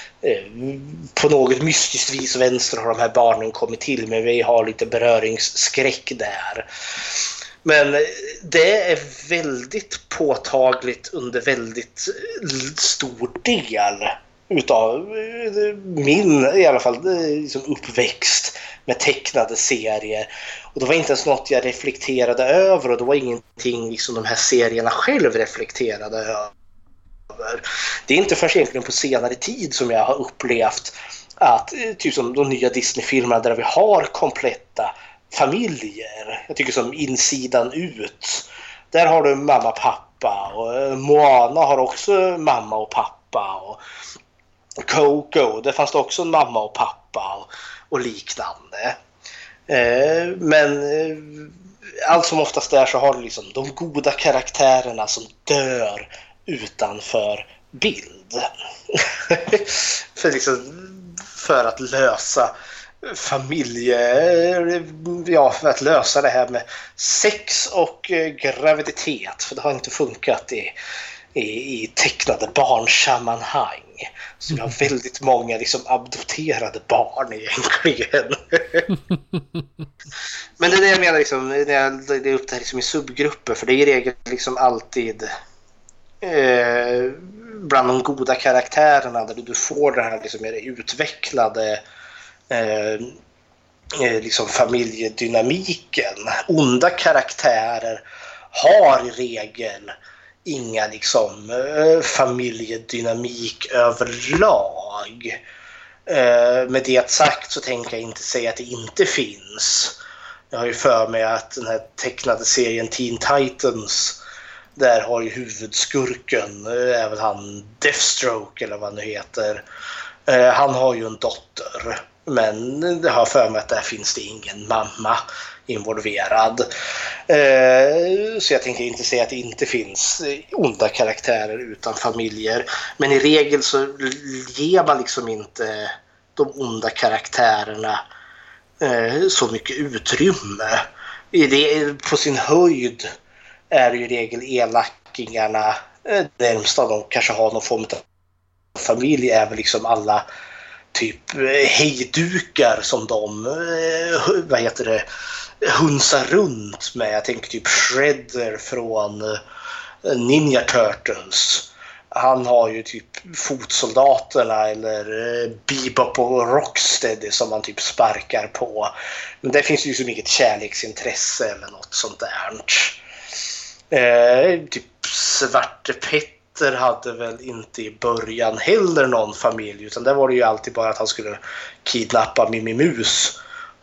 På något mystiskt vis vänster har de här barnen kommit till, men vi har lite beröringsskräck där. Men det är väldigt påtagligt under väldigt stor del utav min i alla fall liksom uppväxt med tecknade serier. Och det var inte ens något jag reflekterade över, och det var ingenting liksom de här serierna själv reflekterade över. Det är inte först egentligen på senare tid som jag har upplevt att typ som de nya Disney-filmerna där vi har kompletta familjer. Jag tycker som Insidan ut. Där har du mamma och pappa, och Moana har också mamma och pappa, och Coco, där fanns det också mamma och pappa och, och liknande. Eh, men eh, allt som oftast där så har du liksom de goda karaktärerna som dör utanför bild. för, liksom, för att lösa familje... Ja, för att lösa det här med sex och graviditet. För det har inte funkat i, i, i tecknade barnsammanhang. Så vi har väldigt många liksom adopterade barn egentligen. Men det är det jag menar liksom, det är upp det liksom i subgrupper. För det är i regel liksom alltid eh, bland de goda karaktärerna där du får det här liksom mer utvecklade eh, liksom familjedynamiken. Onda karaktärer har i regel inga liksom familjedynamik överlag. Med det sagt så tänker jag inte säga att det inte finns. Jag har ju för mig att den här tecknade serien Teen Titans, där har ju huvudskurken, även han Deathstroke eller vad han nu heter, han har ju en dotter. Men det har för mig att där finns det ingen mamma involverad. Eh, så jag tänker inte säga att det inte finns onda karaktärer utan familjer. Men i regel så ger man liksom inte de onda karaktärerna eh, så mycket utrymme. I det, på sin höjd är det i regel elakingarna eh, närmsta de kanske har någon form av familj, är väl liksom alla typ hejdukar som de vad heter det hunsar runt med. Jag tänker typ Shredder från Ninja Turtles. Han har ju typ fotsoldaterna eller Bebop och Rocksteady som man typ sparkar på. Men det finns ju så mycket kärleksintresse eller något sånt där. Eh, typ Svarte Petter hade väl inte i början heller någon familj, utan där var det ju alltid bara att han skulle kidnappa Mimmi Mus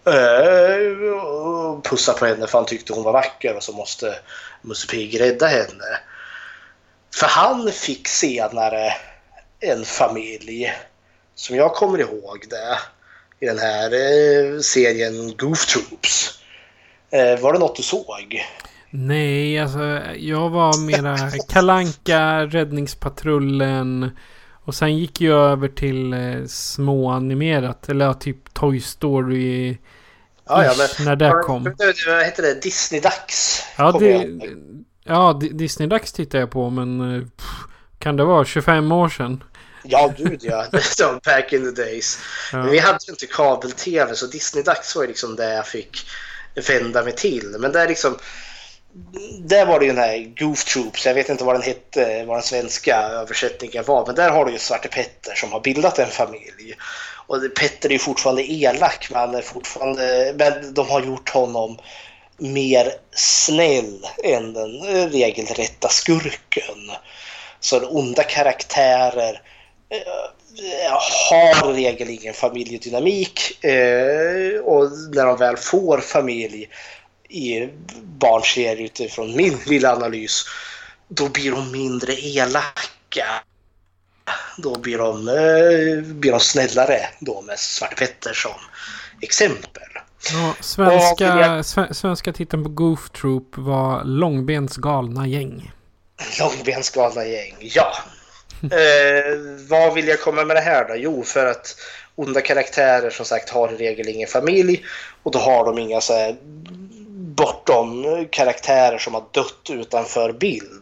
och pussa på henne för han tyckte hon var vacker, och så måste Musse Pigg rädda henne. För han fick senare en familj som jag kommer ihåg det i den här serien Goof Troops. Var det något du såg? Nej, alltså jag var mera Kalle Anka, Räddningspatrullen, och sen gick jag över till eh, små animerat, eller typ Toy Story ja, ja, men, när det kom. Vad heter det? Disney-dags? Ja, det, ja Disney-dags tittar jag på, men pff, kan det vara tjugofem år sedan? Ja, gud ja. Back in the days. Ja. Men vi hade ju inte kabel-tv, så Disney-dags var liksom det jag fick vända mig till. Men det är liksom... Där var det ju den här Goof Troops, jag vet inte vad den hette, vad den svenska översättningen var, men där har du ju Svarte Petter som har bildat en familj. Och Petter är ju fortfarande elak, men, är fortfarande, men de har gjort honom mer snäll än den regelrätta skurken. Så onda karaktärer eh, har i regel ingen familjedynamik, eh, och när de väl får familj i barnserier utifrån min lilla analys, då blir de mindre elaka. Då blir de, eh, blir de snällare då, med Svarte Petter som exempel. Ja, svenska, jag... svenska titeln på Goof Troop var Långbens galna gäng. Långbens galna gäng, ja. eh, vad vill jag komma med det här då? Jo, för att onda karaktärer som sagt har i regel ingen familj, och då har de inga så här bortom karaktärer som har dött utanför bild.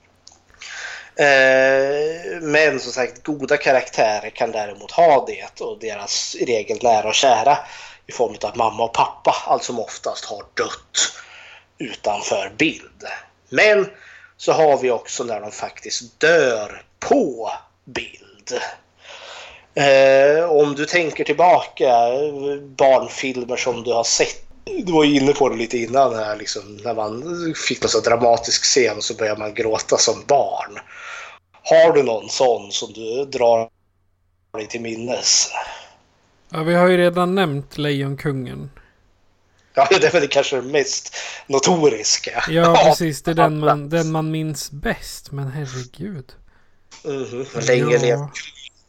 Eh, men som sagt, goda karaktärer kan däremot ha det, och deras i regel nära och kära i form av mamma och pappa allt som oftast har dött utanför bild. Men så har vi också när de faktiskt dör på bild. Eh, om du tänker tillbaka barnfilmer som du har sett, du var ju inne på det lite innan här, liksom, när man fick någon så dramatisk scen så börjar man gråta som barn. Har du någon sån som du drar dig till minnes? Ja, vi har ju redan nämnt Lejonkungen. Ja, det är väl kanske det mest notoriska. Ja, precis. Det är den man, den man minns bäst. Men herregud. Mm-hmm. Länge ja. lever.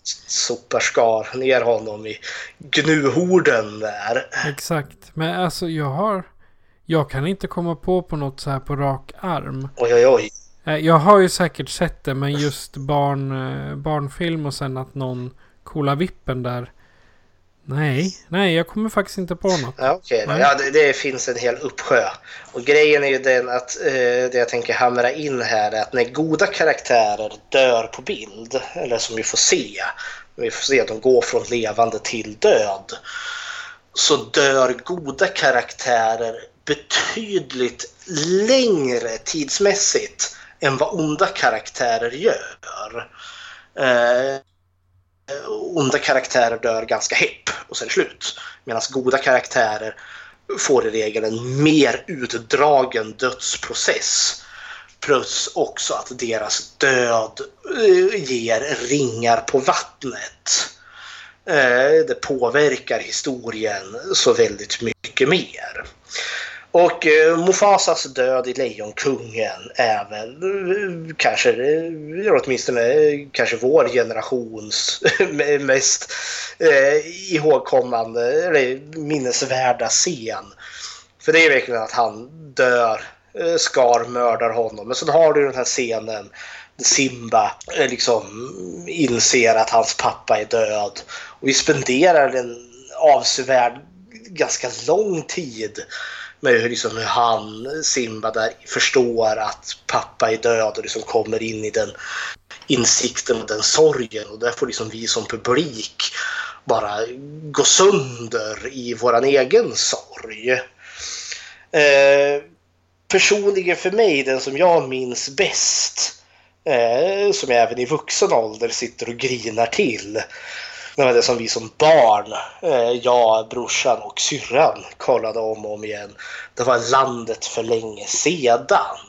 sopar skar ner honom i gnuhorden där. Exakt. Men alltså jag har... Jag kan inte komma på på något så här på rak arm. Oj, oj, oj. Jag har ju säkert sett det, men just barn, barnfilm och sen att någon coola vippen där. Nej, nej, jag kommer faktiskt inte på något. Ja, okej. Okay. Ja, det, det finns en hel uppsjö. Och grejen är ju den att eh, det jag tänker hamra in här är att när goda karaktärer dör på bild, eller som vi får se, vi får se att de går från levande till död, så dör goda karaktärer betydligt längre tidsmässigt än vad onda karaktärer gör. Eh, onda karaktärer dör ganska hepp och sen slut. Medan goda karaktärer får i regel en mer utdragen dödsprocess. Plus också att deras död ger ringar på vattnet. Det påverkar historien så väldigt mycket mer. Och Mufasas död i Lejonkungen är väl kanske, åtminstone kanske vår generations mest eh, ihågkommande eller minnesvärda scen. För det är verkligen att han dör, Scar mördar honom. Men så har du den här scenen där Simba liksom inser att hans pappa är död. Och vi spenderar en avsevärd, ganska lång tid med hur, liksom, hur han, Simba, där förstår att pappa är död och liksom kommer in i den insikten och den sorgen. Och där får liksom vi som publik bara gå sönder i våran egen sorg. Eh, personligen för mig, den som jag minns bäst, eh, som jag även i vuxen ålder sitter och grinar till, det var det som vi som barn, eh, jag, brorsan och syrran kollade om och om igen. Det var Landet för länge sedan.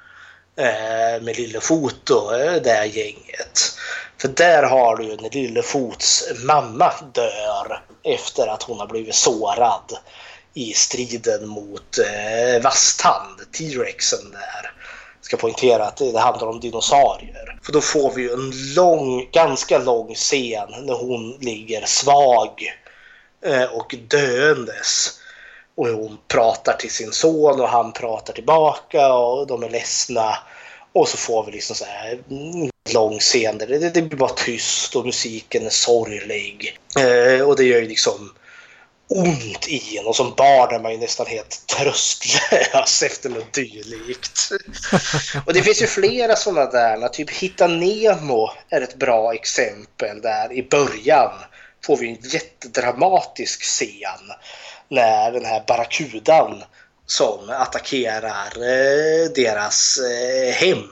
Eh, med Lillefot och eh, det här gänget. För där har du ju när Lillefots mamma dör efter att hon har blivit sårad i striden mot eh, Vasthand, T-Rexen där. Jag ska poängtera att det handlar om dinosaurier. För då får vi ju en lång, ganska lång scen när hon ligger svag eh, och döendes. Och hon pratar till sin son och han pratar tillbaka och de är ledsna. Och så får vi liksom så här en lång scen där det, det blir bara tyst och musiken är sorglig. Eh, och det gör ju liksom ont i en, och som barn är man ju nästan helt tröstlös efter något dylikt. Och det finns ju flera sådana där, typ Hitta Nemo är ett bra exempel där i början får vi en jättedramatisk scen när den här barracudan som attackerar eh, deras eh, hem,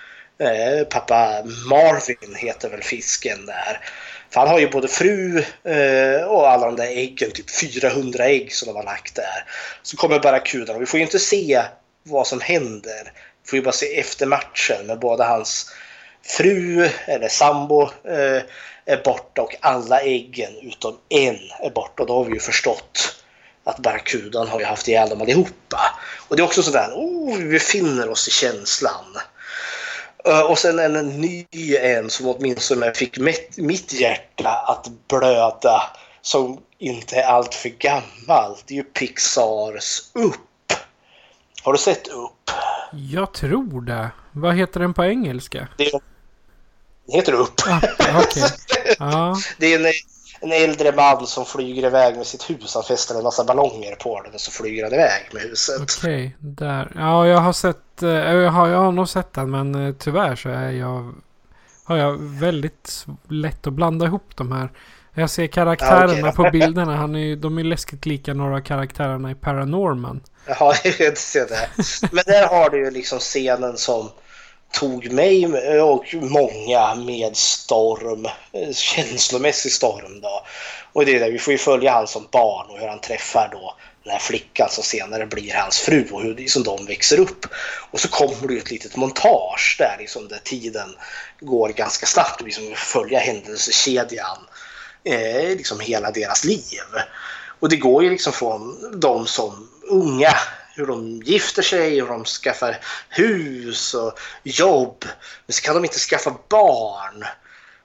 eh, pappa Marvin heter väl fisken där. För han har ju både fru eh, och alla de där äggen, typ fyrahundra ägg som de har lagt där. Så kommer barracudan och vi får ju inte se vad som händer. Vi får ju bara se efter matchen med både hans fru eller sambo eh, är borta och alla äggen utom en är borta. Och då har vi ju förstått att barracudan har ju haft ihjäl dem allihopa. Och det är också sådär, oh, vi befinner oss i känslan. Och sen en ny en som åtminstone fick mitt hjärta att blöda, som inte är allt för gammal. Det är ju Pixars Upp. Har du sett Upp? Jag tror det. Vad heter den på engelska? Det är, den heter Upp. Ah, okay. ah. Det är en, en äldre man som flyger iväg med sitt hus. Han fäster en massa ballonger på den och så flyger han iväg med huset. Okej, okay, där. Ja, jag har sett, jag har, jag har nog sett den, men tyvärr så är jag, har jag väldigt lätt att blanda ihop de här. Jag ser karaktärerna ja, okay. på bilderna. Han är, de är läskigt lika några karaktärerna i Paranorman. Ja, jag ser det. Men där har du ju liksom scenen som tog mig och många med storm, känslomässig storm då. Och det är där vi får ju följa han som barn och hur han träffar då den här flickan som senare blir hans fru och hur liksom de växer upp. Och så kommer det ju ett litet montage där liksom där tiden går ganska snabbt och vi liksom följa händelsekedjan eh, liksom hela deras liv. Och det går ju liksom från de som unga, hur de gifter sig, hur de skaffar hus och jobb. Men så kan de inte skaffa barn.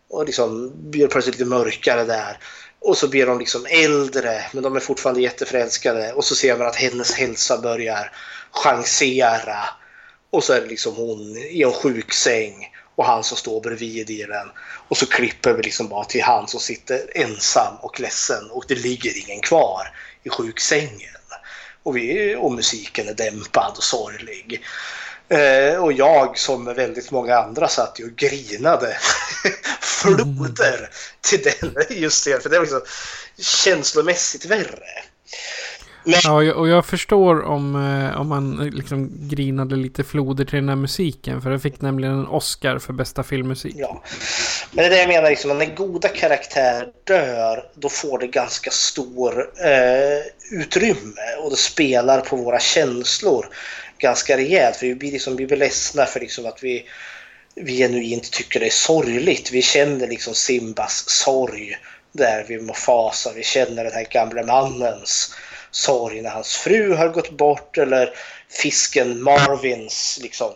och liksom blir plötsligt lite mörkare där. Och så blir de liksom äldre, men de är fortfarande jätteförälskade. Och så ser man att hennes hälsa börjar chansera. Och så är det liksom hon i en sjuksäng och han som står bredvid i den. Och så klipper vi liksom bara till han som sitter ensam och ledsen. Och det ligger ingen kvar i sjuksängen. Och, vi, och musiken är dämpad och sorglig. Eh, och jag som med väldigt många andra satt och grinade floder till den just det. För det var liksom känslomässigt värre. Men... Ja, och jag förstår om, om man liksom grinade lite floder till den här musiken. För det fick nämligen en Oscar för bästa filmmusik. Ja, men det är det jag menar. Liksom, när goda karaktärer dör, då får det ganska stor eh, utrymme. Och det spelar på våra känslor ganska rejält. För vi blir, liksom, vi blir ledsna för liksom att vi, vi genuint tycker det är sorgligt. Vi känner liksom Simbas sorg där vid Mufasa. Vi känner den här gamla mannens sorg när hans fru har gått bort, eller fisken Marvins liksom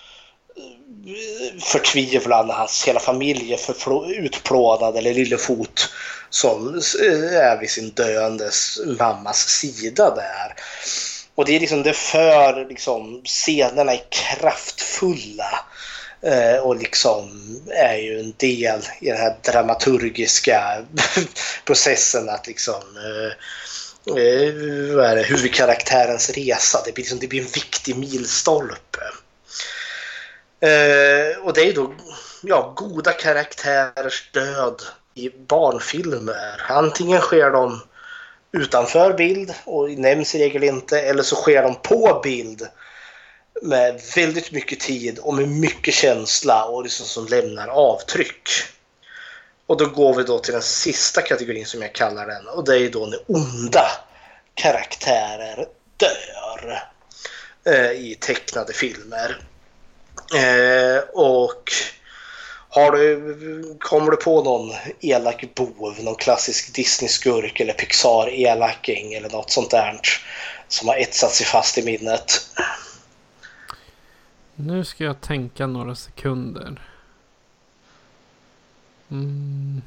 förtvivlan när hans hela familj är förfl- utplånad, eller Lillefot som är vid sin döendes mammas sida där. Och det är liksom det för liksom scenerna är kraftfulla eh, och liksom är ju en del i den här dramaturgiska processen att liksom eh, Uh, vad är det? huvudkaraktärens resa. Det blir, liksom, det blir en viktig milstolpe. Uh, och det är då ja, goda karaktärers död i barnfilmer. Antingen sker de utanför bild och nämns i regel inte, eller så sker de på bild med väldigt mycket tid och med mycket känsla och liksom som lämnar avtryck. Och då går vi då till den sista kategorin som jag kallar den. Och det är då när onda karaktärer dör eh, i tecknade filmer. Eh, och har du, kommer du på någon elak bov, någon klassisk Disney-skurk eller Pixar-elaking eller något sånt där som har etsat sig fast i minnet? Nu ska jag tänka några sekunder. Mm.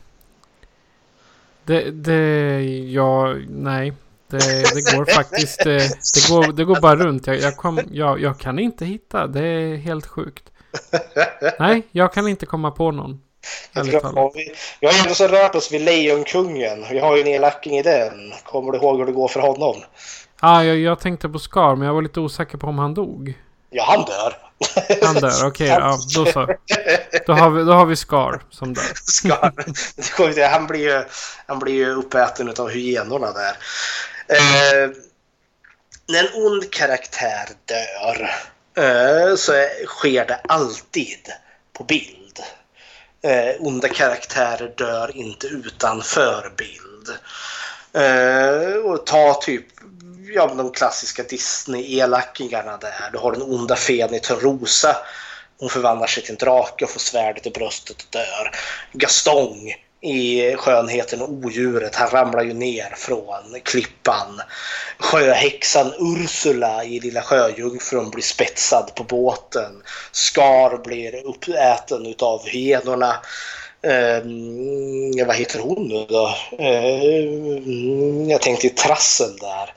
Det, det, ja, nej. Det, det går faktiskt, det, det, går, det går bara runt. Jag, jag, kom, jag, jag kan inte hitta, det är helt sjukt. Nej, jag kan inte komma på någon. Ja, vi, vi har ju ändå så rört oss vid Lejonkungen. Vi har ju en elacking i den. Kommer du ihåg hur det går för honom? Ah, jag, jag tänkte på Scar, men jag var lite osäker på om han dog. Ja, han dör. Han dör, okej. Okay, ja, då så. Då har vi, då har vi Scar som dör. Scar. Han blir ju, han blir ju uppäten av hyenorna där. Eh, när en ond karaktär dör eh, så är, sker det alltid på bild. Eh, onda karaktärer dör inte utanför bild. Eh, och ta typ ja, de klassiska Disney-elackingarna där. Du har den onda fen i Törnrosa. Hon förvandlar sig till en drake och får svärdet i bröstet och dör. Gaston i Skönheten och odjuret. Han ramlar ju ner från klippan. Sjöhäxan Ursula i Lilla Sjöjungfrun blir spetsad på båten. Scar blir uppäten utav hyenorna. Uh, vad heter hon nu då? Uh, jag tänkte i Trassel där.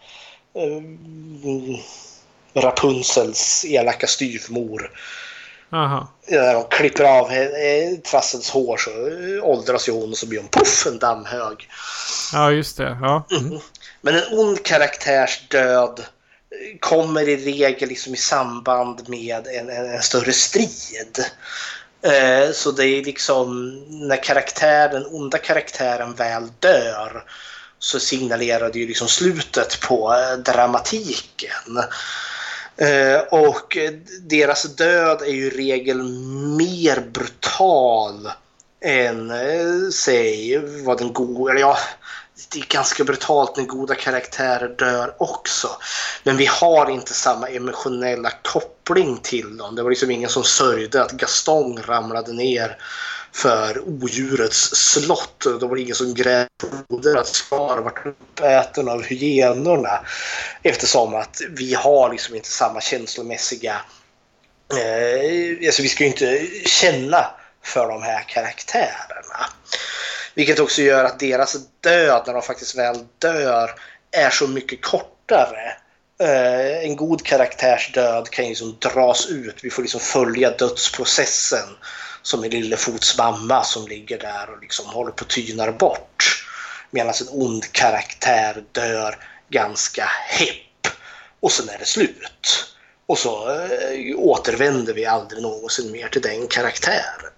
Uh, Rapunzels elaka styvmor. Aha. När de klipper av Trassels hår så åldras ju hon och så blir hon puff en dammhög. Ja, just det. Ja. Mm. Men en ond karaktärs död kommer i regel liksom i samband med en, en, en större strid. Eh, så det är liksom när karaktären, den onda karaktären väl dör så signalerar det ju liksom slutet på dramatiken. Uh, och deras död är ju i regel mer brutal än uh, säg vad den goda, eller ja, det är ganska brutalt när goda karaktärer dör också, men vi har inte samma emotionella koppling till dem. Det var liksom ingen som sörjde att Gaston ramlade ner för odjurets slott. Då var det ingen som grät att Scar var uppäten av hyenorna, eftersom att vi har liksom inte samma känslomässiga eh, alltså vi ska ju inte känna för de här karaktärerna. Vilket också gör att deras död, när de faktiskt väl dör, är så mycket kortare. Uh, en god karaktärs död kan ju liksom dras ut. Vi får liksom följa dödsprocessen som en Lillefots mamma som ligger där och liksom håller på att tynar bort. Medan en ond karaktär dör ganska hepp. Och sen är det slut. Och så uh, återvänder vi aldrig någonsin mer till den karaktären.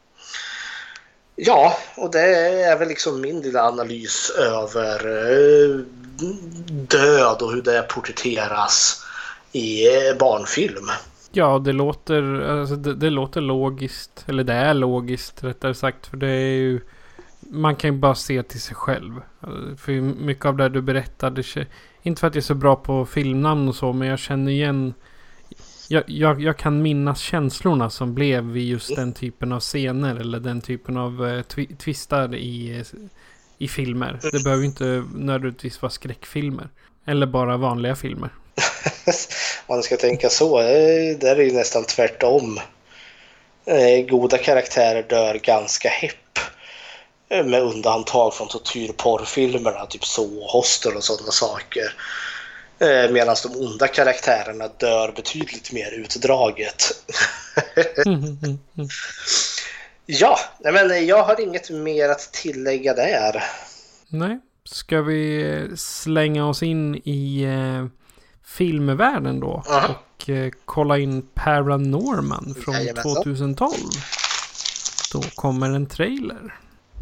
Ja, och det är väl liksom min lilla analys över uh, död och hur det porträtteras i barnfilm. Ja, det låter, alltså det, det låter logiskt. Eller det är logiskt rättare sagt. För det är ju, man kan ju bara se till sig själv. För mycket av det du berättade, inte för att jag är så bra på filmnamn och så, men jag känner igen, jag, jag, jag kan minnas känslorna som blev vid just den typen av scener. Eller den typen av twi- twistar i i filmer. Det behöver inte nödvändigtvis vara skräckfilmer. Eller bara vanliga filmer. Om man ska tänka så, det är ju nästan tvärtom. Goda karaktärer dör ganska hepp. Med undantag från tortyrporrfilmerna, typ så, Hostel och sådana saker. Medan de onda karaktärerna dör betydligt mer utdraget. mm, mm, mm. Ja, men jag har inget mer att tillägga där. Nej, ska vi slänga oss in i eh, filmvärlden då? Uh-huh. Och eh, kolla in Paranorman från Jajamensan. tjugohundratolv. Då kommer en trailer.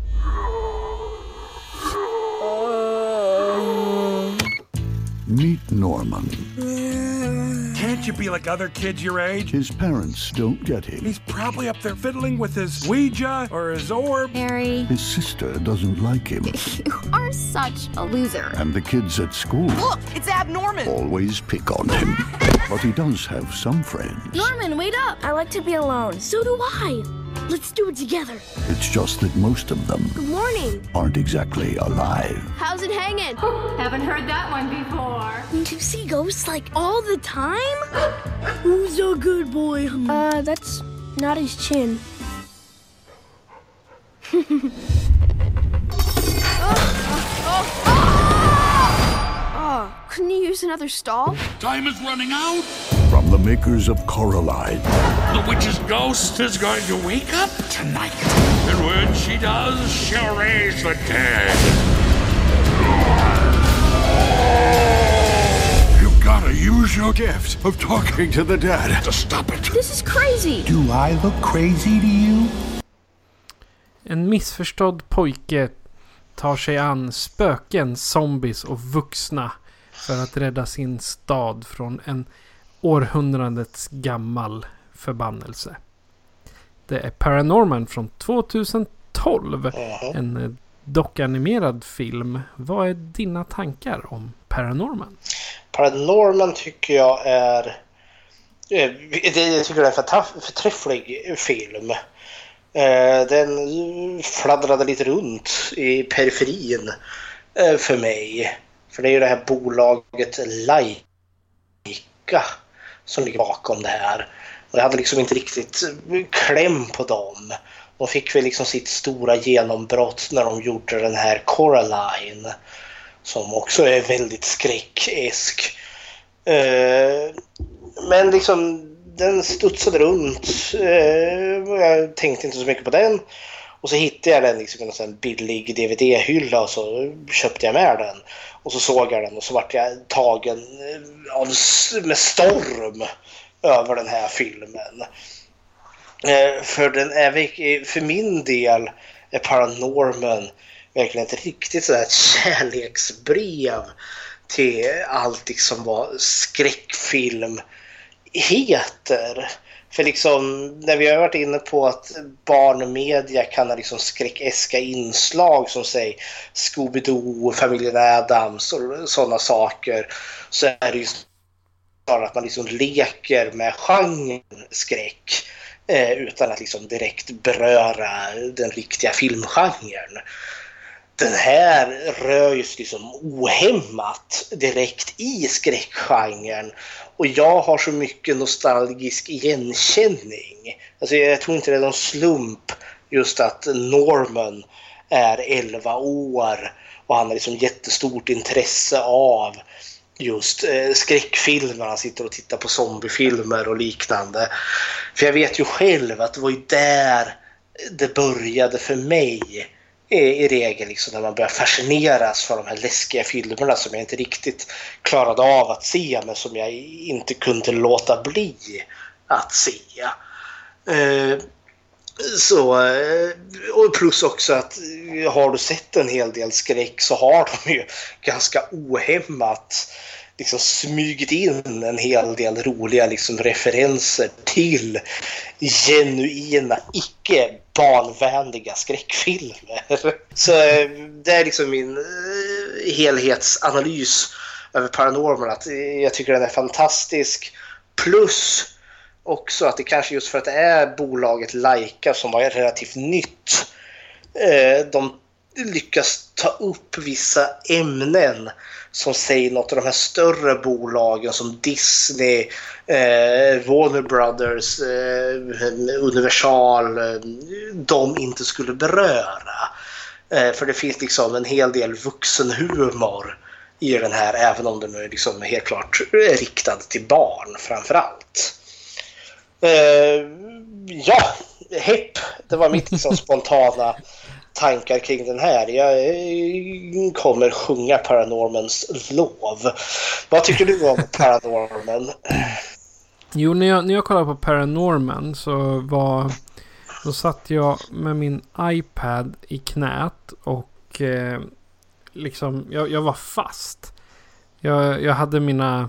Meet Norman. Can't you be like other kids your age? His parents don't get him. He's probably up there fiddling with his Ouija or his orb. Harry. His sister doesn't like him. You are such a loser. And the kids at school... Look, it's Ab Norman! ...always pick on him. But he does have some friends. Norman, wait up! I like to be alone. So do I. Let's do it together. It's just that most of them... Good morning. ...aren't exactly alive. How's it hanging? Haven't heard that one before. Do you see ghosts like all the time? Who's a good boy? Uh, that's not his chin. oh, oh, oh, oh! Oh, couldn't you use another stall? Time is running out. From the makers of Coraline. The witch's ghost is going to wake up tonight. And when she does, she'll raise the dead. You've got to use your gift of talking to the dead to stop it. This is crazy. Do I look crazy to you? En missförstådd pojke tar sig an spöken, zombies och vuxna för att rädda sin stad från en århundradets gammal förbannelse. Det är Paranorman från tjugohundratolv. Uh-huh. En dockanimerad film. Vad är dina tankar om Paranorman? Paranorman tycker jag är jag tycker det är en förträfflig film. Den fladdrade lite runt i periferin för mig. För det är ju det här bolaget Laika som ligger bakom det här. Och jag hade liksom inte riktigt kläm på dem. De fick väl liksom sitt stora genombrott när de gjorde den här Coraline. Som också är väldigt skräckesk. Men liksom den studsade runt. Jag tänkte inte så mycket på den. Och så hittade jag den liksom i en billig D V D-hylla och så köpte jag med den. Och så såg jag den och så vart jag tagen av, med storm över den här filmen. För den är, för min del är Paranorman verkligen ett riktigt sådär kärleksbrev till allt liksom vad skräckfilm heter. För liksom, när vi har varit inne på att barnmedia kan ha liksom skräckeska inslag som säg Scooby-Doo, familjen Addams och sådana saker, så är det ju bara att man liksom leker med genren skräck eh, utan att liksom direkt beröra den riktiga filmgenren. den här rör just liksom ohämmat direkt i skräckgenren. Och jag har så mycket nostalgisk igenkänning. Alltså jag tror inte det är någon slump just att Norman är elva år och han har liksom jättestort intresse av just eh, skräckfilmer. Han sitter och tittar på zombiefilmer och liknande. För jag vet ju själv att det var ju där det började för mig i, i regel liksom, när man börjar fascineras för de här läskiga filmerna som jag inte riktigt klarade av att se men som jag inte kunde låta bli att se. Eh, så och plus också att har du sett en hel del skräck så har de ju ganska ohämmat liksom smugit in en hel del roliga liksom referenser till genuina icke barnvänliga skräckfilmer. Så det är liksom min helhetsanalys över Paranormal, att jag tycker den är fantastisk, plus också att det kanske just för att det är bolaget Laika som var relativt nytt, de lyckas ta upp vissa ämnen som säger något av de här större bolagen som Disney, eh, Warner Brothers, eh, Universal, eh, de inte skulle beröra. Eh, för det finns liksom en hel del vuxenhumor i den här, även om den är liksom helt klart riktad till barn framförallt. Eh, ja, hepp, det var mitt liksom spontana tankar kring den här. Jag kommer sjunga Paranormans lov. Vad tycker du om Paranorman? Jo, när jag, när jag kollade på Paranorman så var då satt jag med min iPad i knät och eh, liksom jag, jag var fast. Jag, jag hade mina,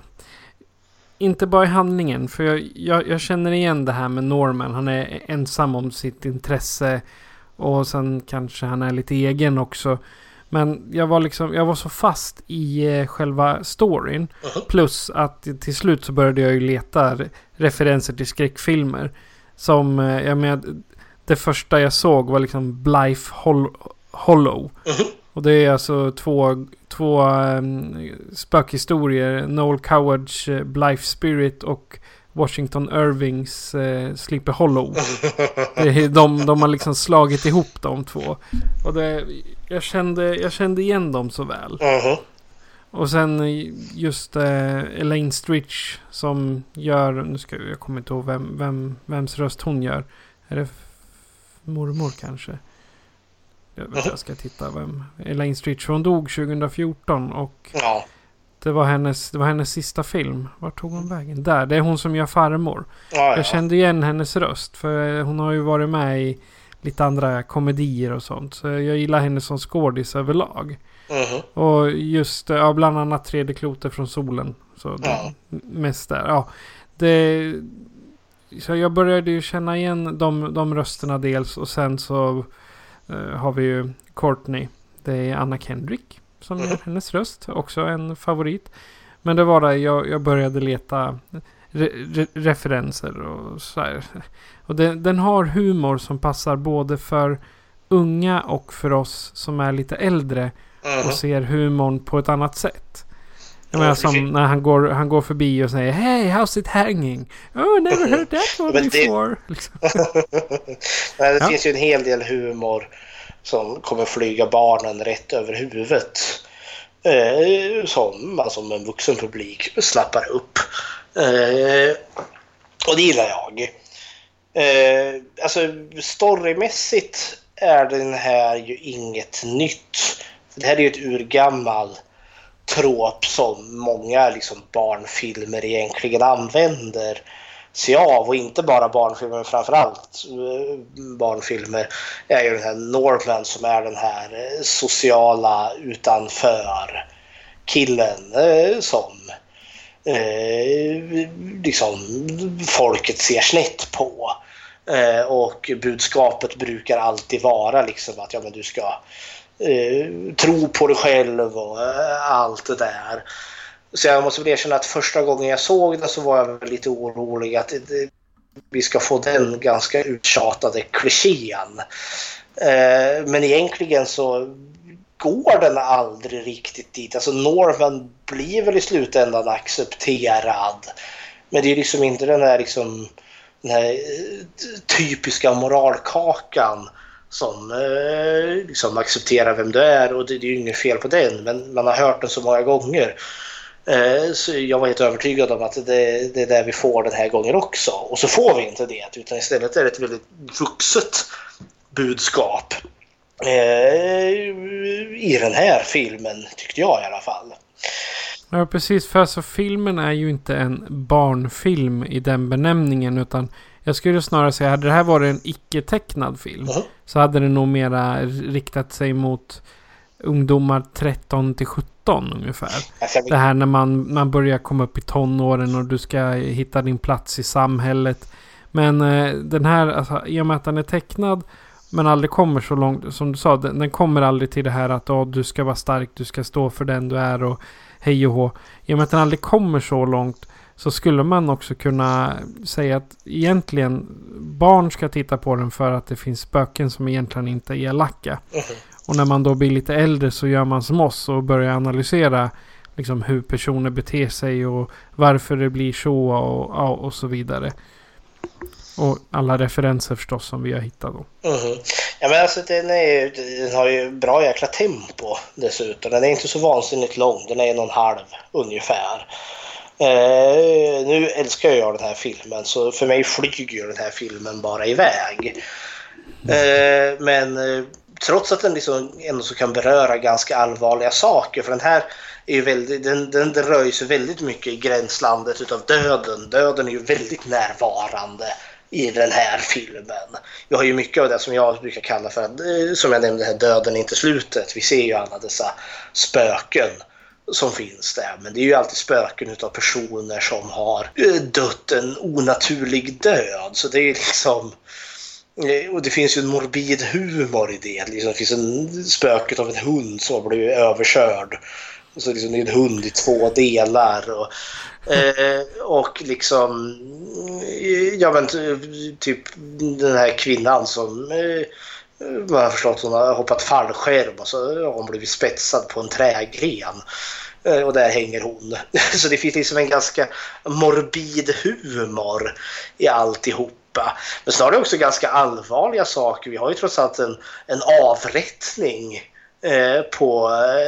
inte bara i handlingen, för jag, jag, jag känner igen det här med Norman. Han är ensam om sitt intresse. Och sen kanske han är lite egen också. Men jag var liksom, jag var så fast i eh, själva storyn. Uh-huh. Plus att till slut så började jag ju leta re- referenser till skräckfilmer. Som, eh, jag med, det första jag såg var liksom Blythe Hol- Hollow. Uh-huh. Och det är alltså två, två um, spökhistorier. Noel Cowards uh, Blythe Spirit och Washington Irvings eh, Sleepy Hollow. Det är de, de har liksom slagit ihop de två. Och det, jag, kände, jag kände igen dem så väl. Uh-huh. Och sen just eh, Elaine Stritch som gör, nu ska jag, jag kommer inte ihåg vem, vem, vems röst hon gör. Är det f- mormor kanske? Jag vet, jag ska titta vem. Elaine Stritch, hon dog tjugo fjorton och ja. Det var hennes, det var hennes sista film. Vart tog hon vägen? Där, det är hon som gör farmor. Ja, ja. Jag kände igen hennes röst. För hon har ju varit med i lite andra komedier och sånt. Så jag gillar henne som skådis överlag. Mm-hmm. Och just, ja, bland annat Tredje klotet från solen. Så ja. Mest där. Ja, det, så jag började ju känna igen de, de rösterna dels. Och sen så uh, har vi ju Courtney. Det är Anna Kendrick som är hennes röst, också en favorit. Men det var där jag, jag började leta re, re, referenser och så här. Och det, den har humor som passar både för unga och för oss som är lite äldre uh-huh. och ser humorn på ett annat sätt. Jag menar som när han går, han går förbi och säger Hey, how's it hanging? Oh, never heard that one det, before. Liksom. Nej, det ja. finns ju en hel del humor som kommer flyga barnen rätt över huvudet. Eh, som man som en vuxen publik slappar upp. Eh, och det gillar jag. Eh, alltså storymässigt är den här ju inget nytt. Det här är ju ett urgammal tråp som många liksom barnfilmer egentligen använder sig av, och inte bara barnfilmer men framförallt barnfilmer är ju den här Norman som är den här sociala utanför killen som eh, liksom folket ser snett på, eh, och budskapet brukar alltid vara liksom att ja, men du ska eh, tro på dig själv och eh, allt det där. Så jag måste väl erkänna att första gången jag såg det så var jag lite orolig att det, vi ska få den ganska uttjatade klichén. Eh, men egentligen så går den aldrig riktigt dit. Alltså Norman blir väl i slutändan accepterad. Men det är liksom inte den här, liksom, den här typiska moralkakan som eh, liksom accepterar vem du är. Och det, det är ju inget fel på den, men man har hört den så många gånger. Eh, så jag var helt övertygad om att det, det är det vi får den här gången också. Och så får vi inte det, utan istället är det ett väldigt vuxet budskap eh, i den här filmen, tyckte jag i alla fall. Ja, precis. För så filmen är ju inte en barnfilm i den benämningen, utan jag skulle snarare säga, hade det här varit en icke-tecknad film mm. så hade det nog mera riktat sig mot ungdomar tretton till sjutton ungefär. Alltså, det här när man, man börjar komma upp i tonåren och du ska hitta din plats i samhället. Men eh, den här, alltså, i och med att den är tecknad men aldrig kommer så långt, som du sa, den, den kommer aldrig till det här att oh, du ska vara stark, du ska stå för den du är och hej och hå. I och med att den aldrig kommer så långt så skulle man också kunna säga att egentligen barn ska titta på den för att det finns spöken som egentligen inte är elaka. Mm. Och när man då blir lite äldre så gör man som oss och börjar analysera liksom hur personer beter sig och varför det blir så och, och, och så vidare. Och alla referenser förstås som vi har hittat då. Mm. Ja, men alltså den, är, den har ju bra jäkla tempo dessutom. Den är inte så vansinnigt lång. Den är en och en halv ungefär. Eh, nu älskar jag den här filmen, så för mig flyger ju den här filmen bara iväg. Eh, men eh, trots att den liksom ändå så kan beröra ganska allvarliga saker, för den här är ju väldigt, den, den, den rör sig väldigt mycket i gränslandet utav döden. Döden är ju väldigt närvarande i den här filmen. Vi har ju mycket av det som jag brukar kalla för, som jag nämnde här, döden är inte slutet. Vi ser ju alla dessa spöken som finns där, men det är ju alltid spöken utav personer som har dött en onaturlig död. Så det är liksom, och det finns ju en morbid humor i det. Liksom, det finns en spöket av en hund som blir överkörd. Så liksom det är en hund i två delar och, eh, och liksom jag vet typ den här kvinnan som eh, man har förstått hon har hoppat fallskärm och så har hon blivit spetsad på en trägren eh, och där hänger hon. Så det finns liksom en ganska morbid humor i alltihopa. Men så har det också ganska allvarliga saker. Vi har ju trots allt en, en avrättning På,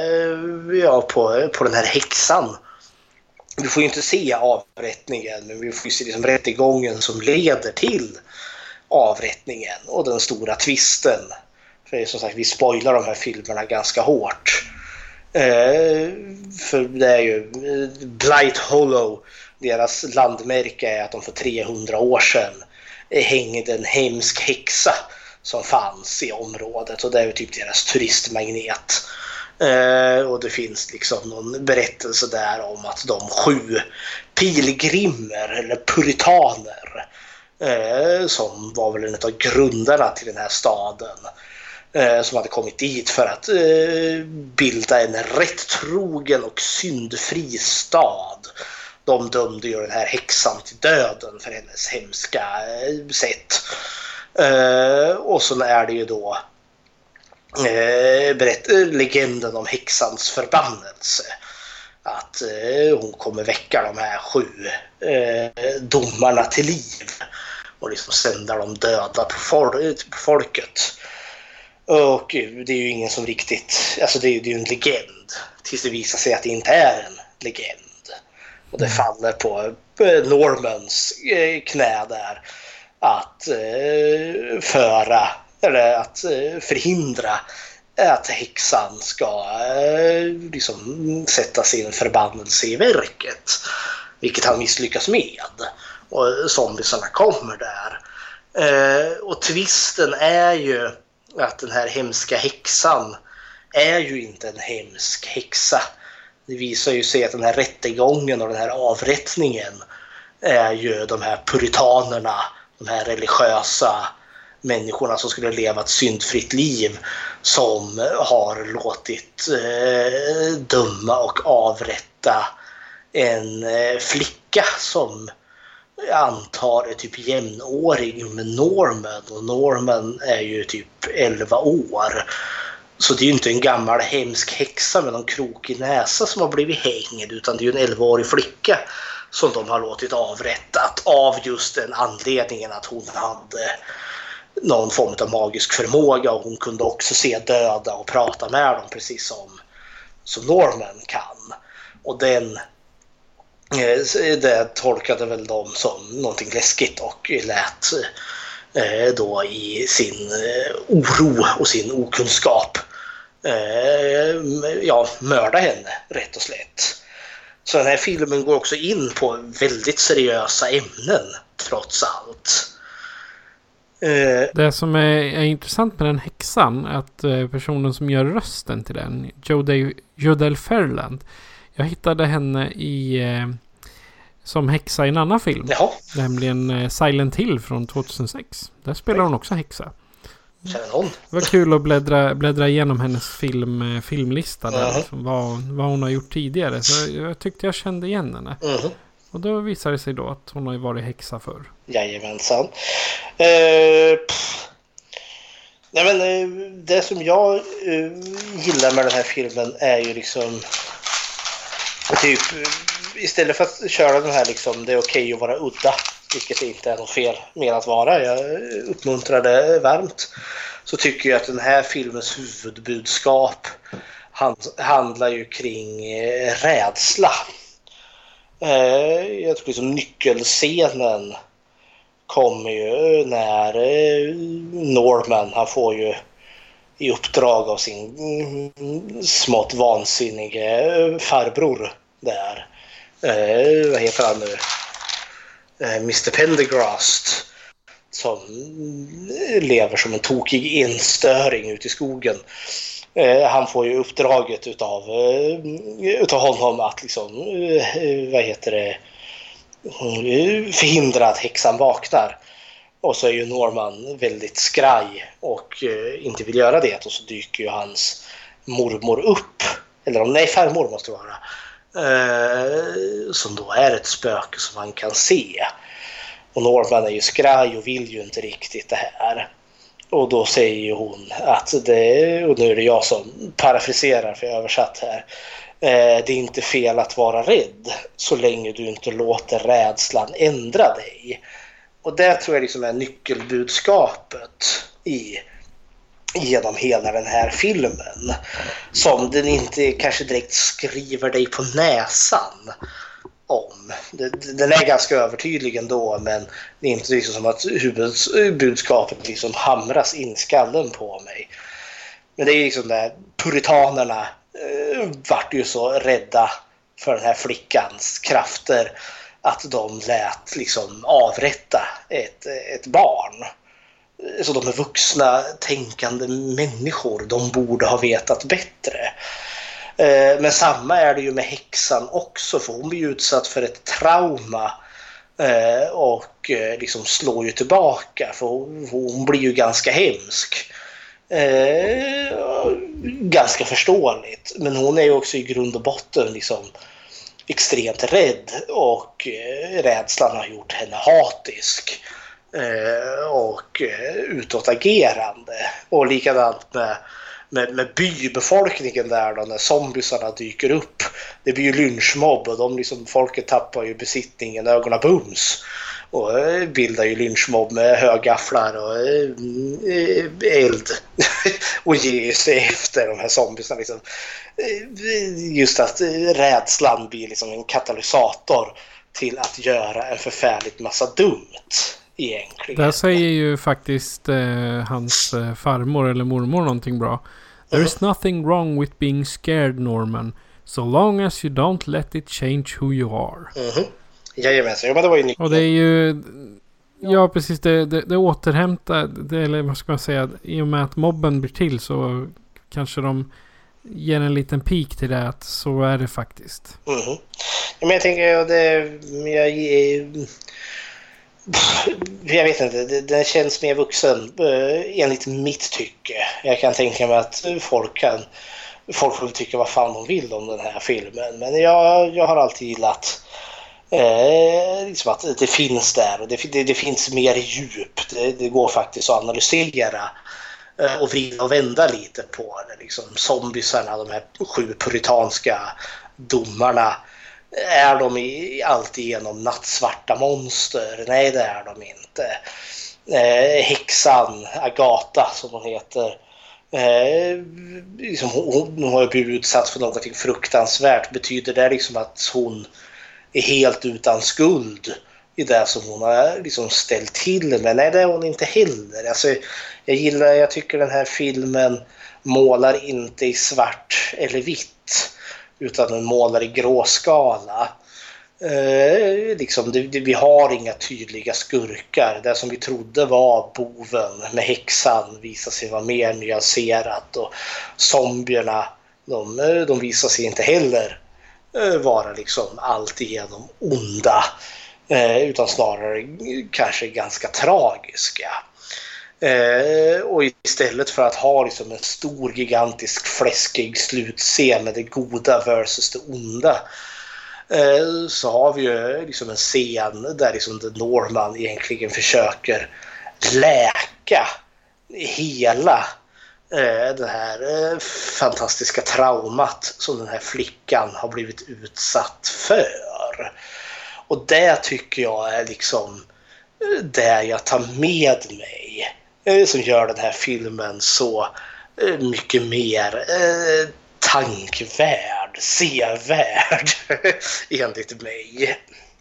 ja, på, på den här häxan. Vi får ju inte se avrättningen, men vi får ju se liksom rättegången som leder till avrättningen och den stora twisten. För som sagt, vi spoilar de här filmerna ganska hårt. Eh, för det är ju Blight Hollow, deras landmärke är att de för trehundra år sedan hängde en hemsk häxa som fanns i området, och det är ju typ deras turistmagnet. Eh, och det finns liksom någon berättelse där om att de sju pilgrimer eller puritaner eh, som var väl en av grundarna till den här staden eh, som hade kommit dit för att eh, bilda en rätttrogen och syndfri stad. De dömde ju den här häxan till döden för hennes hemska eh, sätt. Uh, och så är det ju då uh, berätt, uh, legenden om häxans förbannelse, att uh, hon kommer väcka de här sju uh, domarna till liv och liksom sända dem döda på, fol- på folket. Och uh, det är ju ingen som riktigt, alltså det är ju en legend tills det visar sig att det inte är en legend, och det faller på uh, Normans uh, knä där att eh, föra eller att eh, förhindra att häxan ska eh, liksom sätta sin förbannelse i verket, vilket han misslyckas med, och zombiesarna kommer där. Eh, och twisten är ju att den här hemska häxan är ju inte en hemsk häxa. Det visar ju sig att den här rättegången och den här avrättningen är ju de här puritanerna, de här religiösa människorna som skulle leva ett syndfritt liv, som har låtit eh, döma och avrätta en eh, flicka som jag antar är typ jämnårig med Norman, och Norman är ju typ elva år. Så det är ju inte en gammal hemsk häxa med någon krokig näsa som har blivit hängd, utan det är ju en elvaårig flicka som de har låtit avrättat av just den anledningen att hon hade någon form av magisk förmåga, och hon kunde också se döda och prata med dem precis som, som Norman kan. Och den det tolkade väl de som någonting läskigt och lät eh, då i sin eh, oro och sin okunskap eh, ja, mörda henne rätt och slätt. Så den här filmen går också in på väldigt seriösa ämnen trots allt. Eh, Det som är, är intressant med den häxan är att eh, personen som gör rösten till den, Jodelle Ferland, jag hittade henne i eh, som häxa i en annan film. Jaha. Nämligen eh, Silent Hill från tjugohundrasex. Där spelar hon också häxa. Känner någon? Det var kul att bläddra, bläddra igenom hennes film, filmlista där, Mm. liksom, vad, vad hon har gjort tidigare. Så jag, jag tyckte jag kände igen henne. Mm. Och då visade det sig då att hon har ju varit häxa förr. Jajamensan. Eh, pff. Nej, men, eh, det som jag eh, gillar med den här filmen är ju liksom typ, istället för att köra den här liksom, det är okej att vara udda, vilket inte är något fel med att vara, jag uppmuntrar det varmt, så tycker jag att den här filmens huvudbudskap hand, handlar ju kring eh, rädsla. Eh, jag tror liksom nyckelscenen kommer ju när eh, Norman, han får ju i uppdrag av sin mm, smått vansinnige farbror där. Eh, vad heter han nu? Eh, mister Pendergrast, som lever som en tokig enstöring ute i skogen. Eh, han får ju uppdraget utav, eh, utav honom att liksom, eh, vad heter det, förhindra att häxan vaknar. Och så är ju Norman väldigt skraj och eh, inte vill göra det. Och så dyker ju hans mormor upp. Eller om nej, farmor måste det vara. Eh, som då är ett spöke som han kan se. Och Norman är ju skraj och vill ju inte riktigt det här. Och då säger ju hon att det, och nu är det jag som parafraserar för jag har översatt här. Eh, det är inte fel att vara rädd så länge du inte låter rädslan ändra dig. Och det tror jag liksom är nyckelbudskapet i, genom hela den här filmen. Som den inte kanske direkt skriver dig på näsan om. Den är ganska övertydlig ändå, men det är inte liksom som att huvudbudskapet liksom hamras in skallen på mig. Men det är liksom där puritanerna eh, vart ju så rädda för den här flickans krafter att de lät liksom avrätta ett, ett barn. Så de är vuxna, tänkande människor. De borde ha vetat bättre. Eh, men samma är det ju med häxan också. För hon blir utsatt för ett trauma. Eh, och eh, liksom slår ju tillbaka. För hon, hon blir ju ganska hemsk. Eh, ganska förståeligt. Men hon är ju också i grund och botten liksom extremt rädd, och eh, rädslan har gjort henne hatisk eh, och eh, utåtagerande. Och likadant med, med, med bybefolkningen där då, när zombiesarna dyker upp. Det blir ju lynchmobb och de liksom, folket tappar ju besittningen, ögonen bums, och eh, bildar ju lynchmobb med högafflar och eh, eld och ger sig efter de här zombiesarna liksom. Just att rädslan blir liksom en katalysator till att göra en förfärligt massa dumt egentligen. Där säger ju faktiskt eh, hans eh, farmor eller mormor någonting bra. There mm. is nothing wrong with being scared, Norman, so long as you don't let it change who you are. Mm-hmm. Jajamensan, ja, men det var ju nytt. Och det är ju, ja precis, det, det, det återhämtar, det, eller vad ska man säga, i och med att mobben blir till så kanske de ger en liten pik till det, att så är det faktiskt. Mm. Ja, men jag tänker, det, jag, jag vet inte, det, det känns mer vuxen enligt mitt tycke. Jag kan tänka mig att folk kan folk får tycka vad fan de vill om den här filmen, men jag, jag har alltid gillat eh, liksom att det finns där, och det, det, det finns mer djup. Det, det går faktiskt att analysera och vrida och vända lite på det. Liksom, zombiesarna, de här sju puritanska domarna, är de i, alltigenom nattsvarta monster? Nej, det är de inte. Eh, häxan, Agatha som hon heter, eh, liksom, hon, hon har ju blivit utsatt för något fruktansvärt. Betyder det liksom att hon är helt utan skuld i det som hon har liksom ställt till med? Nej, det är hon inte heller. Alltså, jag gillar, jag tycker den här filmen målar inte i svart eller vitt, utan den målar i gråskala. Eh, liksom, det, det, vi har inga tydliga skurkar. Det som vi trodde var boven med häxan visar sig vara mer nyanserat, och zombierna, de, de visar sig inte heller eh, vara liksom alltigenom onda, eh, utan snarare kanske ganska tragiska. Eh, och istället för att ha liksom en stor gigantisk fläskig slutscen med det goda versus det onda, eh, så har vi ju liksom en scen där liksom The Norman egentligen försöker läka hela eh, det här eh, fantastiska traumat som den här flickan har blivit utsatt för. Och det tycker jag är liksom det jag tar med mig, som gör den här filmen så mycket mer eh, tankvärd, sevärd enligt mig.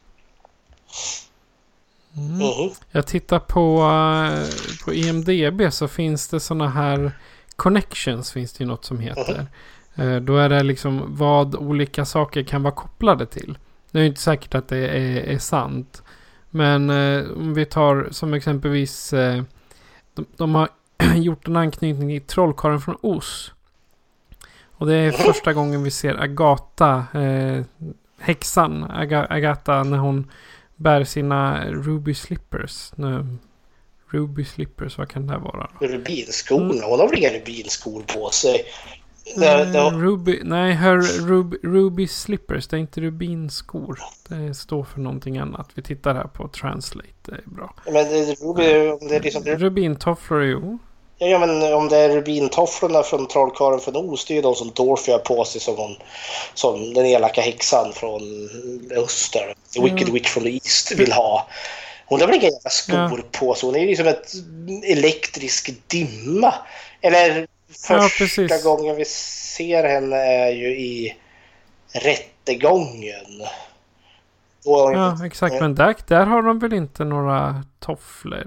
Mm. Mm. Jag tittar på, på I M D B, så finns det såna här connections, finns det ju något som heter. Mm. Då är det liksom vad olika saker kan vara kopplade till. Det är ju inte säkert att det är, är sant. Men eh, om vi tar som exempelvis eh, de, de har gjort en anknytning till Trollkarlen från Oz. Och det är första gången vi ser Agatha, eh, häxan Aga, Agatha, när hon bär sina ruby slippers. Nu, ruby slippers, vad kan det vara? Rubinskorna, mm. Hon har väl inga rubinskor på sig. Nej, det, Ruby, nej her, Ruby, Ruby slippers, det är inte rubinskor. Det står för någonting annat. Vi tittar här på Translate, det är bra. Men det, Ruby, om det är liksom... Rubintofflor, jo. Ja, ja, men om det är rubintofflorna från Trollkarlen från Oz, det är ju de som Dorothy har på sig som, hon, som den elaka häxan från öster, The Wicked mm. Witch from the East, vill ha. Hon har väl inga jävla skor ja. på sig. Hon är ju liksom ett elektrisk dimma. Eller... Första ja, gången vi ser henne är ju i rättegången. Och, ja, exakt. Men där, där har de väl inte några tofflor?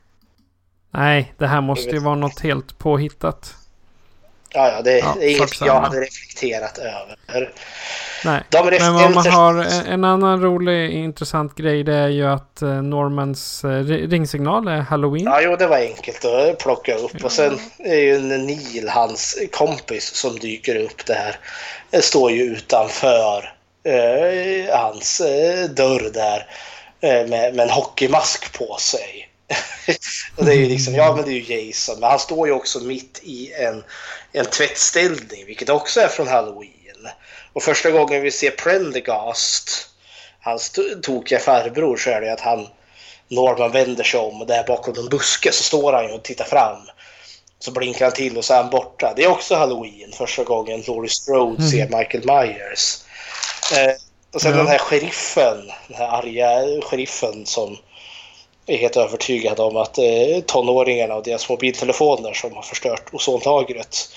Nej, det här måste ju vara något helt påhittat. Ja, ja, det, ja, det är inget jag hade reflekterat över. Nej, men vad man har, en, en annan rolig intressant grej, det är ju att eh, Normans eh, ringsignal är Halloween. Ja, jo, det var enkelt att plocka upp. Ja. Och sen är ju Neil, hans kompis som dyker upp där, står ju utanför eh, hans eh, dörr där eh, med, med en hockeymask på sig. Och det är ju liksom, ja men det är ju Jason, men han står ju också mitt i en, en tvättställning, vilket också är från Halloween. Och första gången vi ser Prendergast, hans tokiga farbror, så är det att han, Norman vänder sig om och där bakom en buske så står han ju och tittar fram. Så blinkar han till och så är han borta. Det är också Halloween, första gången Laurie Strode mm. ser Michael Myers. Eh, och sen ja. den här sheriffen, den här arga sheriffen som är helt övertygad om att eh, tonåringarna och deras mobiltelefoner som har förstört ozonlagret.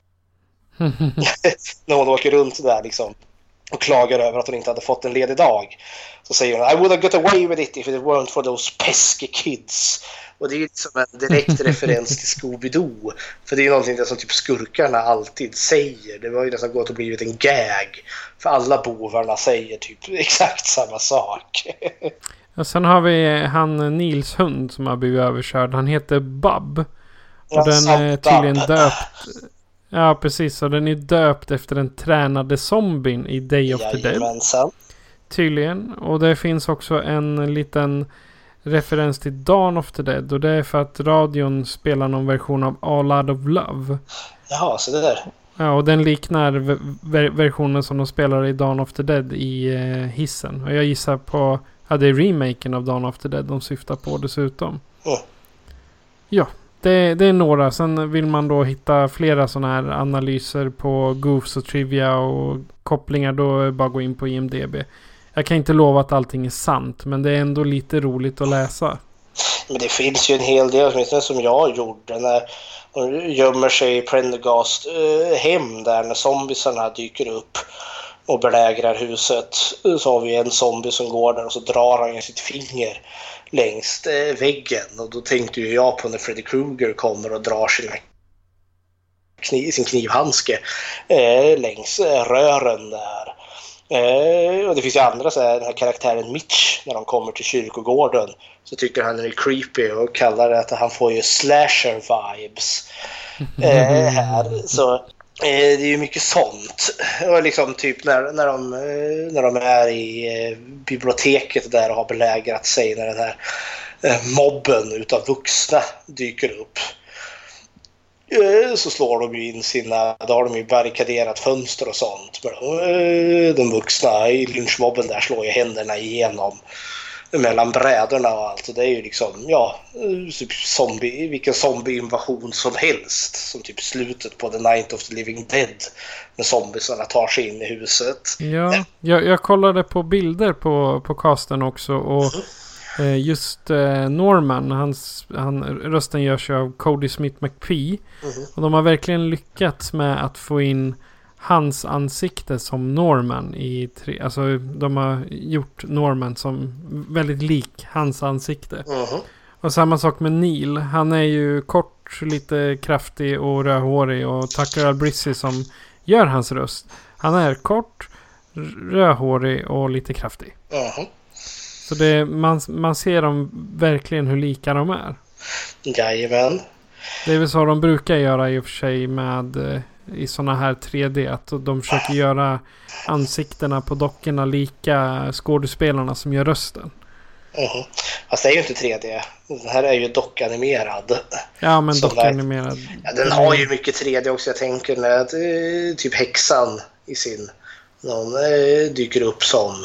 När hon åker runt där liksom och klagar över att hon inte hade fått en ledig dag, så säger hon I would have got away with it if it weren't for those pesky kids. Och det är ju liksom en direkt referens till Scooby-Doo, för det är ju någonting som typ skurkarna alltid säger. Det var ju nästan gått och blivit en gag, för alla bovarna säger typ exakt samma sak. Och sen har vi han Nils hund som har blivit överkörd. Han heter Bub. Och ja, den är tydligen Bub. döpt. Ja, precis. Och den är döpt efter den tränade zombien i Day of the Dead. Tydligen. Och det finns också en liten referens till Dawn of the Dead. Och det är för att radion spelar någon version av All Out of Love. Jaha, så det där. Ja, och den liknar ver- versionen som de spelar i Dawn of the Dead i eh, hissen. Och jag gissar på att det är remaken av Dawn of the Dead de syftar på dessutom. Mm. Ja, det, det är några. Sen vill man då hitta flera sådana här analyser på goofs och trivia och kopplingar, då är det bara gå in på I M D B. Jag kan inte lova att allting är sant, men det är ändå lite roligt att läsa. Men det finns ju en hel del, åtminstone som jag gjorde, när de gömmer sig i Prendergast eh, hem där när zombiesarna dyker upp och belägrar huset. Så har vi en zombie som går där och så drar han sitt finger längs eh, väggen. Och då tänkte ju jag på när Freddy Krueger kommer och drar sina kniv, sin knivhandske eh, längs eh, rören där. Eh, och det finns ju andra, så här, den här karaktären Mitch, när de kommer till kyrkogården så tycker han är creepy och kallar det att han får ju slasher vibes eh, här. Så eh, det är ju mycket sånt. Och liksom typ när, när, de, eh, när de är i eh, biblioteket där och har belägrat sig, när den här eh, mobben utav vuxna dyker upp. Så slår de ju in sina, då har de ju barrikaderat fönster och sånt. Men de vuxna i lynchmobben där slår ju händerna igenom mellan brädorna och allt. Och det är ju liksom, ja, typ zombie, vilken zombie-invasion som helst. Som typ slutet på The Night of the Living Dead. När zombiesarna tar sig in i huset. Ja, jag, jag kollade på bilder på, på casten också och mm. Just eh, Norman, hans, han, rösten görs av Cody Smith McPhee. Mm-hmm. Och de har verkligen lyckats med att få in hans ansikte som Norman i tre, alltså de har gjort Norman som väldigt lik hans ansikte. Mm-hmm. Och samma sak med Neil, han är ju kort, lite kraftig och rödhårig, och Tucker Albrissi som gör hans röst, han är kort, rödhårig och lite kraftig. Mm-hmm. Så det, man, man ser dem verkligen hur lika de är. Jajamän. Det är väl så de brukar göra i och för sig med i såna här tre D. Att de försöker göra ansiktena på dockorna lika skådespelarna som gör rösten. Mm. Fast det är ju inte tre D. Den här är ju dockanimerad. Ja, men dockanimerad. Ja, den har ju mycket tre D också. Jag tänker när typ häxan i sin, någon dyker upp som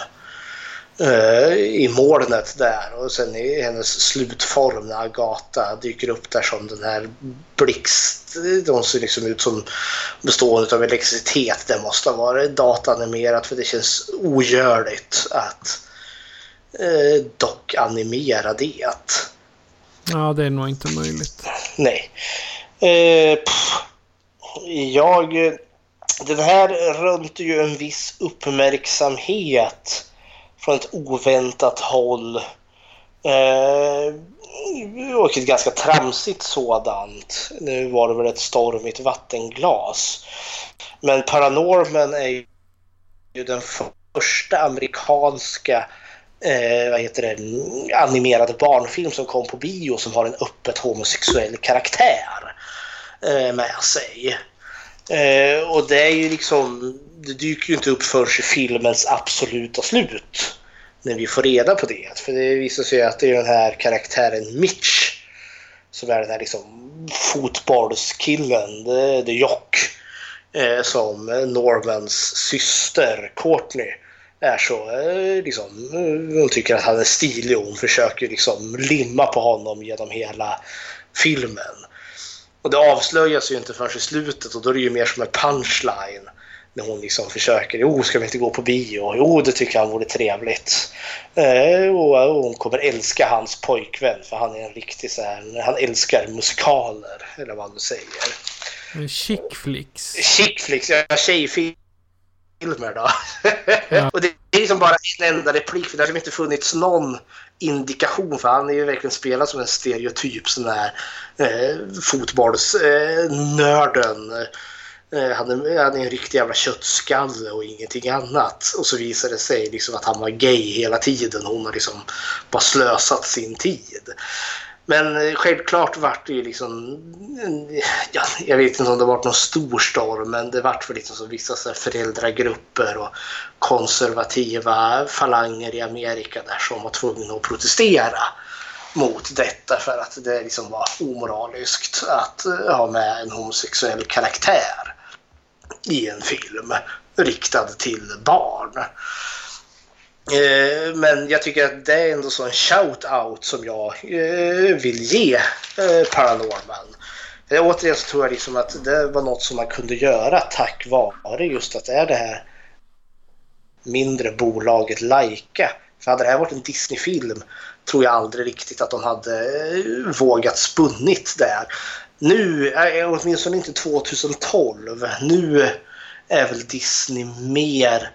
i molnet där, och sen i hennes slutform när Agatha dyker upp där som den här blixt, de ser liksom ut som bestående av elektricitet. Det måste ha varit datanimerat, för det känns ogörligt att eh, dock animera det. Ja, det är nog inte möjligt. Nej. Eh, pff, jag den här rönte ju en viss uppmärksamhet från ett oväntat håll. Eh, och ett ganska tramsigt sådant. Nu var det väl ett stormigt vattenglas. Men Paranorman är ju den första amerikanska eh, vad heter det, animerade barnfilm som kom på bio som har en öppet homosexuell karaktär eh, med sig. Eh, och det är ju liksom, det dyker ju inte upp förrän i filmens absoluta slut när vi får reda på det. För det visar sig att det är den här karaktären Mitch som är den här liksom fotbollskillen, det, det Jock, eh, som Normans syster Courtney är så eh, liksom, hon tycker att han är stilig och hon försöker liksom limma på honom genom hela filmen. Och det avslöjas ju inte förrän i slutet, och då är det ju mer som en punchline när hon liksom försöker, jo, ska vi inte gå på bio? Jo, det tycker han vore trevligt. Eh, och, och hon kommer älska hans pojkvän, för han är en riktig så här, han älskar musikaler, eller vad du säger. Chick flicks. Chick flicks, ja, tjejfilmer då. Ja. Och det är liksom bara en enda replik, för det har inte funnits någon indikation, för han är ju verkligen spelad som en stereotyp, sån där eh, fotbollsnörden. Eh, han, är, han är en riktig jävla köttskalle och ingenting annat. Och så visar det sig liksom att han var gay hela tiden. Hon har liksom bara slösat sin tid. Men självklart vart det ju liksom, ja, jag vet inte om det varit någon stor storm, men det vart väl liksom så vissa så här föräldragrupper och konservativa falanger i Amerika där som var tvungna att protestera mot detta, för att det liksom var omoraliskt att ha med en homosexuell karaktär i en film riktad till barn. Eh, men jag tycker att det är ändå så en shout-out som jag eh, vill ge eh, Paranorman. Eh, återigen så tror jag liksom att det var något som man kunde göra tack vare just att det är det här mindre bolaget Laika. För hade det här varit en Disney-film tror jag aldrig riktigt att de hade eh, vågat spunnit där. Nu, eh, åtminstone inte tjugohundratolv, nu är väl Disney mer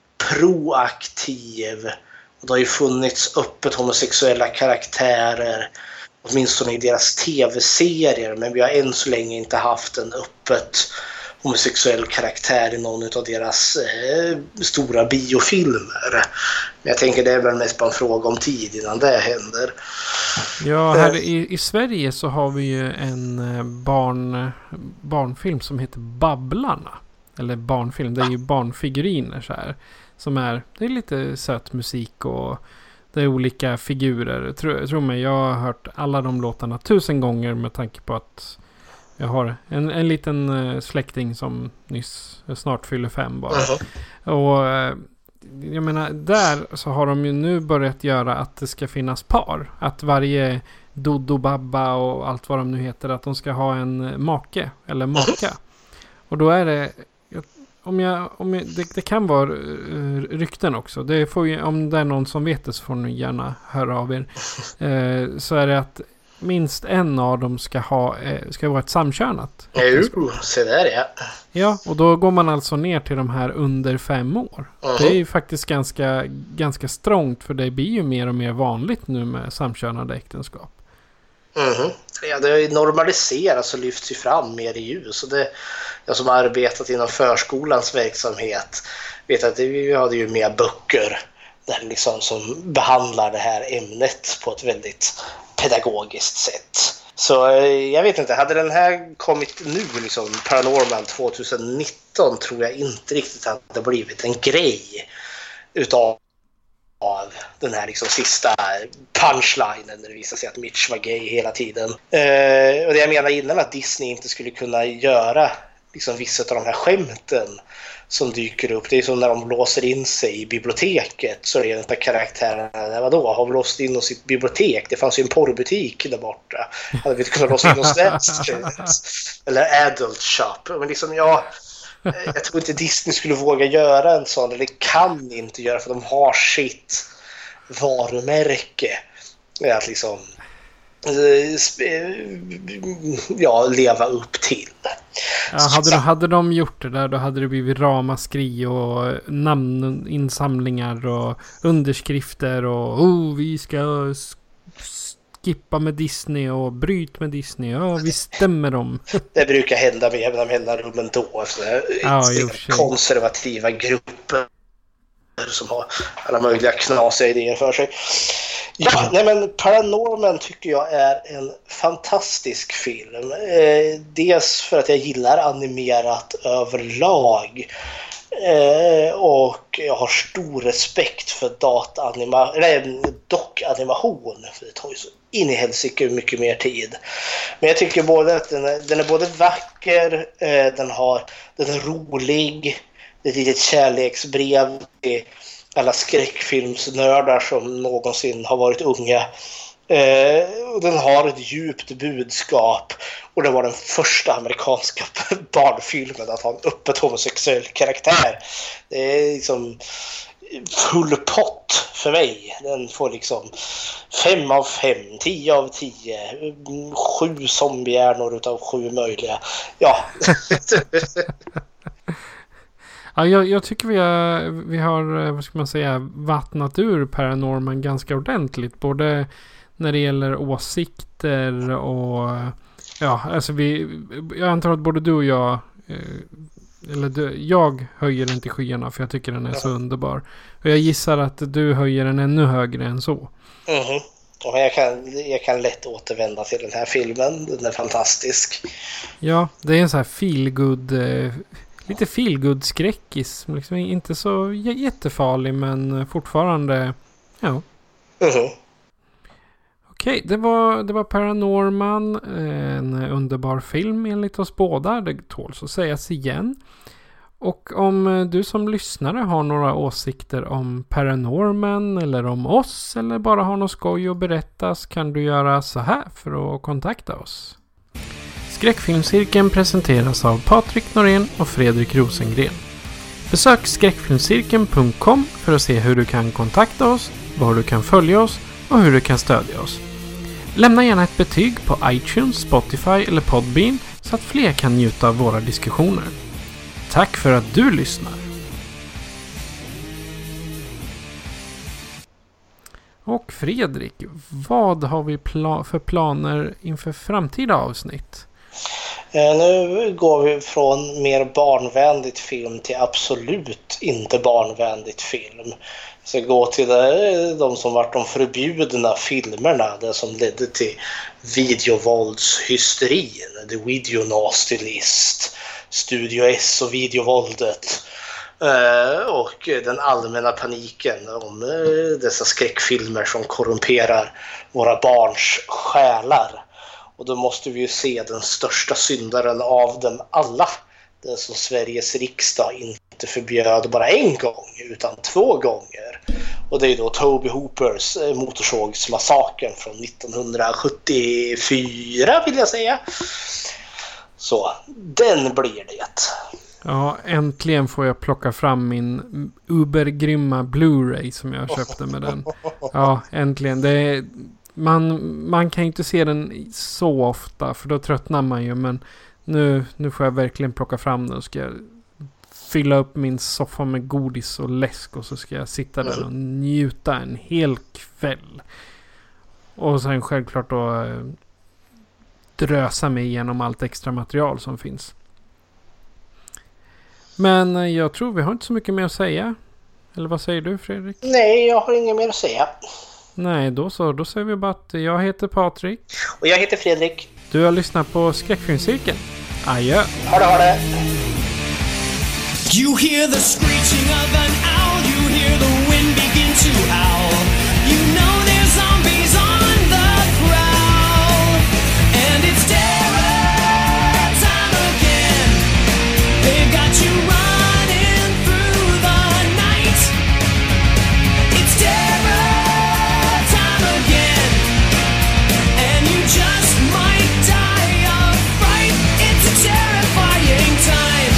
proaktiv. Och det har ju funnits öppet homosexuella karaktärer åtminstone i deras tv-serier, men vi har än så länge inte haft en öppet homosexuell karaktär i någon av deras eh, stora biofilmer. Men jag tänker det är väl mest bara en fråga om tid innan det händer. Ja, här i, i Sverige så har vi ju en barn, barnfilm som heter Babblarna. Eller barnfilm, det är ju barnfiguriner så här. Som är, det är lite söt musik och det är olika figurer. Tro, tro mig, jag har hört alla de låtarna tusen gånger med tanke på att jag har en, en liten släkting som nyss snart fyller fem bara. Uh-huh. Och jag menar, där så har de ju nu börjat göra att det ska finnas par. Att varje Dodo, Babba och allt vad de nu heter, att de ska ha en make eller maka. Och då är det Om jag, om jag, det, det kan vara uh, rykten också. Det får ju, om det är någon som vet det så får ni gärna höra av er. Uh, så är det att minst en av dem ska, ha, uh, ska vara ett samkönat. Jo, så där ja. Ja, och då går man alltså ner till de här under fem år. Uh-huh. Det är ju faktiskt ganska, ganska strångt, för det blir ju mer och mer vanligt nu med samkönade äktenskap. Mm-hmm. Ja, det har normaliserats och lyfts ju fram mer i ljus. Och det, jag som har arbetat inom förskolans verksamhet vet att det, vi hade ju mer böcker där liksom, som behandlar det här ämnet på ett väldigt pedagogiskt sätt. Så jag vet inte, hade den här kommit nu liksom, Paranorman tjugonitton, tror jag inte riktigt att det blivit en grej utav av den här liksom sista punchlinen när det visar sig att Mitch var gay hela tiden. Eh, och det jag menar innan, att Disney inte skulle kunna göra liksom vissa av de här skämten som dyker upp. Det är som när de låser in sig i biblioteket, så är det en av karaktärerna där, vadå, har vi låst in oss i ett bibliotek? Det fanns ju en porrbutik där borta. Hade vi inte kunnat låsa in oss där? Eller adult shop. Men liksom, ja, jag tror inte Disney skulle våga göra en sån, eller kan inte göra, för de har sitt varumärke att liksom ja, leva upp till. Ja, hade, de, hade de gjort det där, då hade det blivit ramaskri och namninsamlingar och underskrifter och oh, vi ska skippa med Disney och bryt med Disney. Ja, vi stämmer dem. Det brukar hända med jämna mellanrummen då, efter ja, konservativa grupper som har alla möjliga knasiga idéer för sig. Ja, nej, men Paranorman tycker jag är en fantastisk film. Eh, dels för att jag gillar animerat överlag. Eh, och jag har stor respekt för datanima- eller dockanimation, för det tar ju så in i helsike mycket mer tid. Men jag tycker både att den är, den är både vacker, eh, den, har, den är rolig, det är ett litet kärleksbrev till alla skräckfilmsnördar som någonsin har varit unga. Eh, och den har ett djupt budskap, och det var den första amerikanska barnfilmen att ha en öppet homosexuell karaktär. Det är liksom full pott för mig. Den får liksom fem av fem, tio av tio, sju zombiehjärnor utav sju möjliga. Ja. Ja, jag, jag tycker vi har, vi har, vad ska man säga, vattnat ur Paranorman ganska ordentligt. Både när det gäller åsikter och ja, alltså vi, jag antar att både du och jag, eller du, jag höjer den till skyarna för jag tycker den är så underbar. Och jag gissar att du höjer den ännu högre än så. Mm-hmm. Och jag kan, jag kan lätt återvända till den här filmen. Den är fantastisk. Ja, det är en så här feelgood, lite feelgood skräckis. Liksom inte så jättefarlig, men fortfarande, ja. Mm-hmm. Okej, det var, det var Paranorman, en underbar film enligt oss båda. Det tåls att sägas igen. Och om du som lyssnare har några åsikter om Paranorman eller om oss eller bara har något skoj att berätta, så kan du göra så här för att kontakta oss. Skräckfilmscirkeln presenteras av Patrik Norén och Fredrik Rosengren. Besök skräckfilmscirkeln punkt com för att se hur du kan kontakta oss, var du kan följa oss och hur du kan stödja oss. Lämna gärna ett betyg på iTunes, Spotify eller Podbean så att fler kan njuta av våra diskussioner. Tack för att du lyssnar. Och Fredrik, vad har vi pla- för planer inför framtida avsnitt? Eh, nu går vi från mer barnvänligt film till absolut inte barnvänligt film. Så gå till det, de som varit de förbjudna filmerna, det som ledde till videovåldshysterin, The Video Nasty List, Studio S och videovåldet eh, och den allmänna paniken om eh, dessa skräckfilmer som korrumperar våra barns själar. Och då måste vi ju se den största syndaren av dem alla, den som Sveriges riksdag inte förbjöd bara en gång utan två gånger. Och det är då Tobe Hoopers eh, motorsågsmassakern från nittonhundrasjuttiofyra vill jag säga. Så, den blir det. Ja, äntligen får jag plocka fram min ubergrymma Blu-ray som jag köpte med den. Ja, äntligen. Det är, man, man kan ju inte se den så ofta för då tröttnar man ju. Men nu, nu får jag verkligen plocka fram den och ska jag fylla upp min soffa med godis och läsk och så ska jag sitta där och njuta en hel kväll. Och sen självklart då drösa mig igenom allt extra material som finns. Men jag tror vi har inte så mycket mer att säga. Eller vad säger du, Fredrik? Nej, jag har inget mer att säga. Nej, då så. Då säger vi bara att jag heter Patrik. Och jag heter Fredrik. Du har lyssnat på Skräckfilmscirkeln. Adjö. Ha det, ha det. You hear the screeching of an owl. You hear the wind begin to howl. You know there's zombies on the prowl. And it's terror time again. They've got you running through the night. It's terror time again. And you just might die of fright. It's a terrifying time.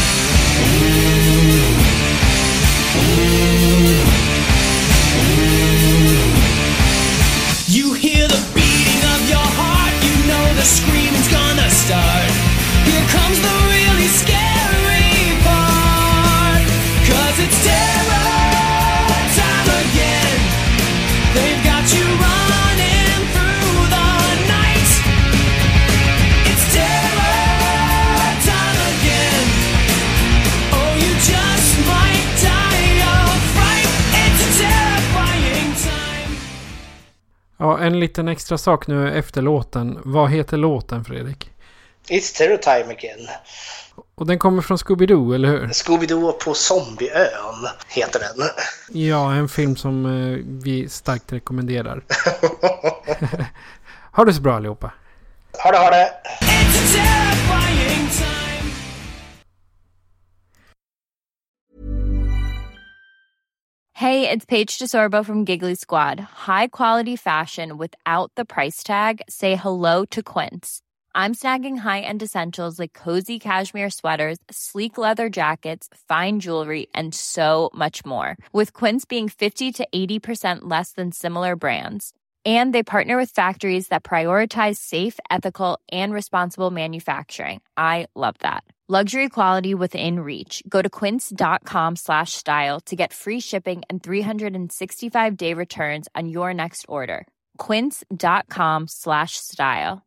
You hear the beating of your heart. You know the screaming's gonna start. Here comes the really scary part. Cause it's terror time again. They've got you running through the night. It's terror time again. Oh, you just might die of fright. It's a terrifying time. Ja, en liten extra sak nu efter låten. Vad heter låten, Fredrik? It's terror time again. Och den kommer från Scooby-Doo, eller hur? Scooby-Doo på Zombieön heter den. Ja, en film som eh, vi starkt rekommenderar. Ha det så bra allihopa. Ha det, ha det. It's a terrifying time. Hey, it's Paige DeSorbo from Giggly Squad. High quality fashion without the price tag. Say hello to Quince. I'm snagging high-end essentials like cozy cashmere sweaters, sleek leather jackets, fine jewelry, and so much more. With Quince being fifty to eighty percent less than similar brands. And they partner with factories that prioritize safe, ethical, and responsible manufacturing. I love that. Luxury quality within reach. Go to quince.com slash style to get free shipping and three sixty-five day returns on your next order. Quince.com slash style.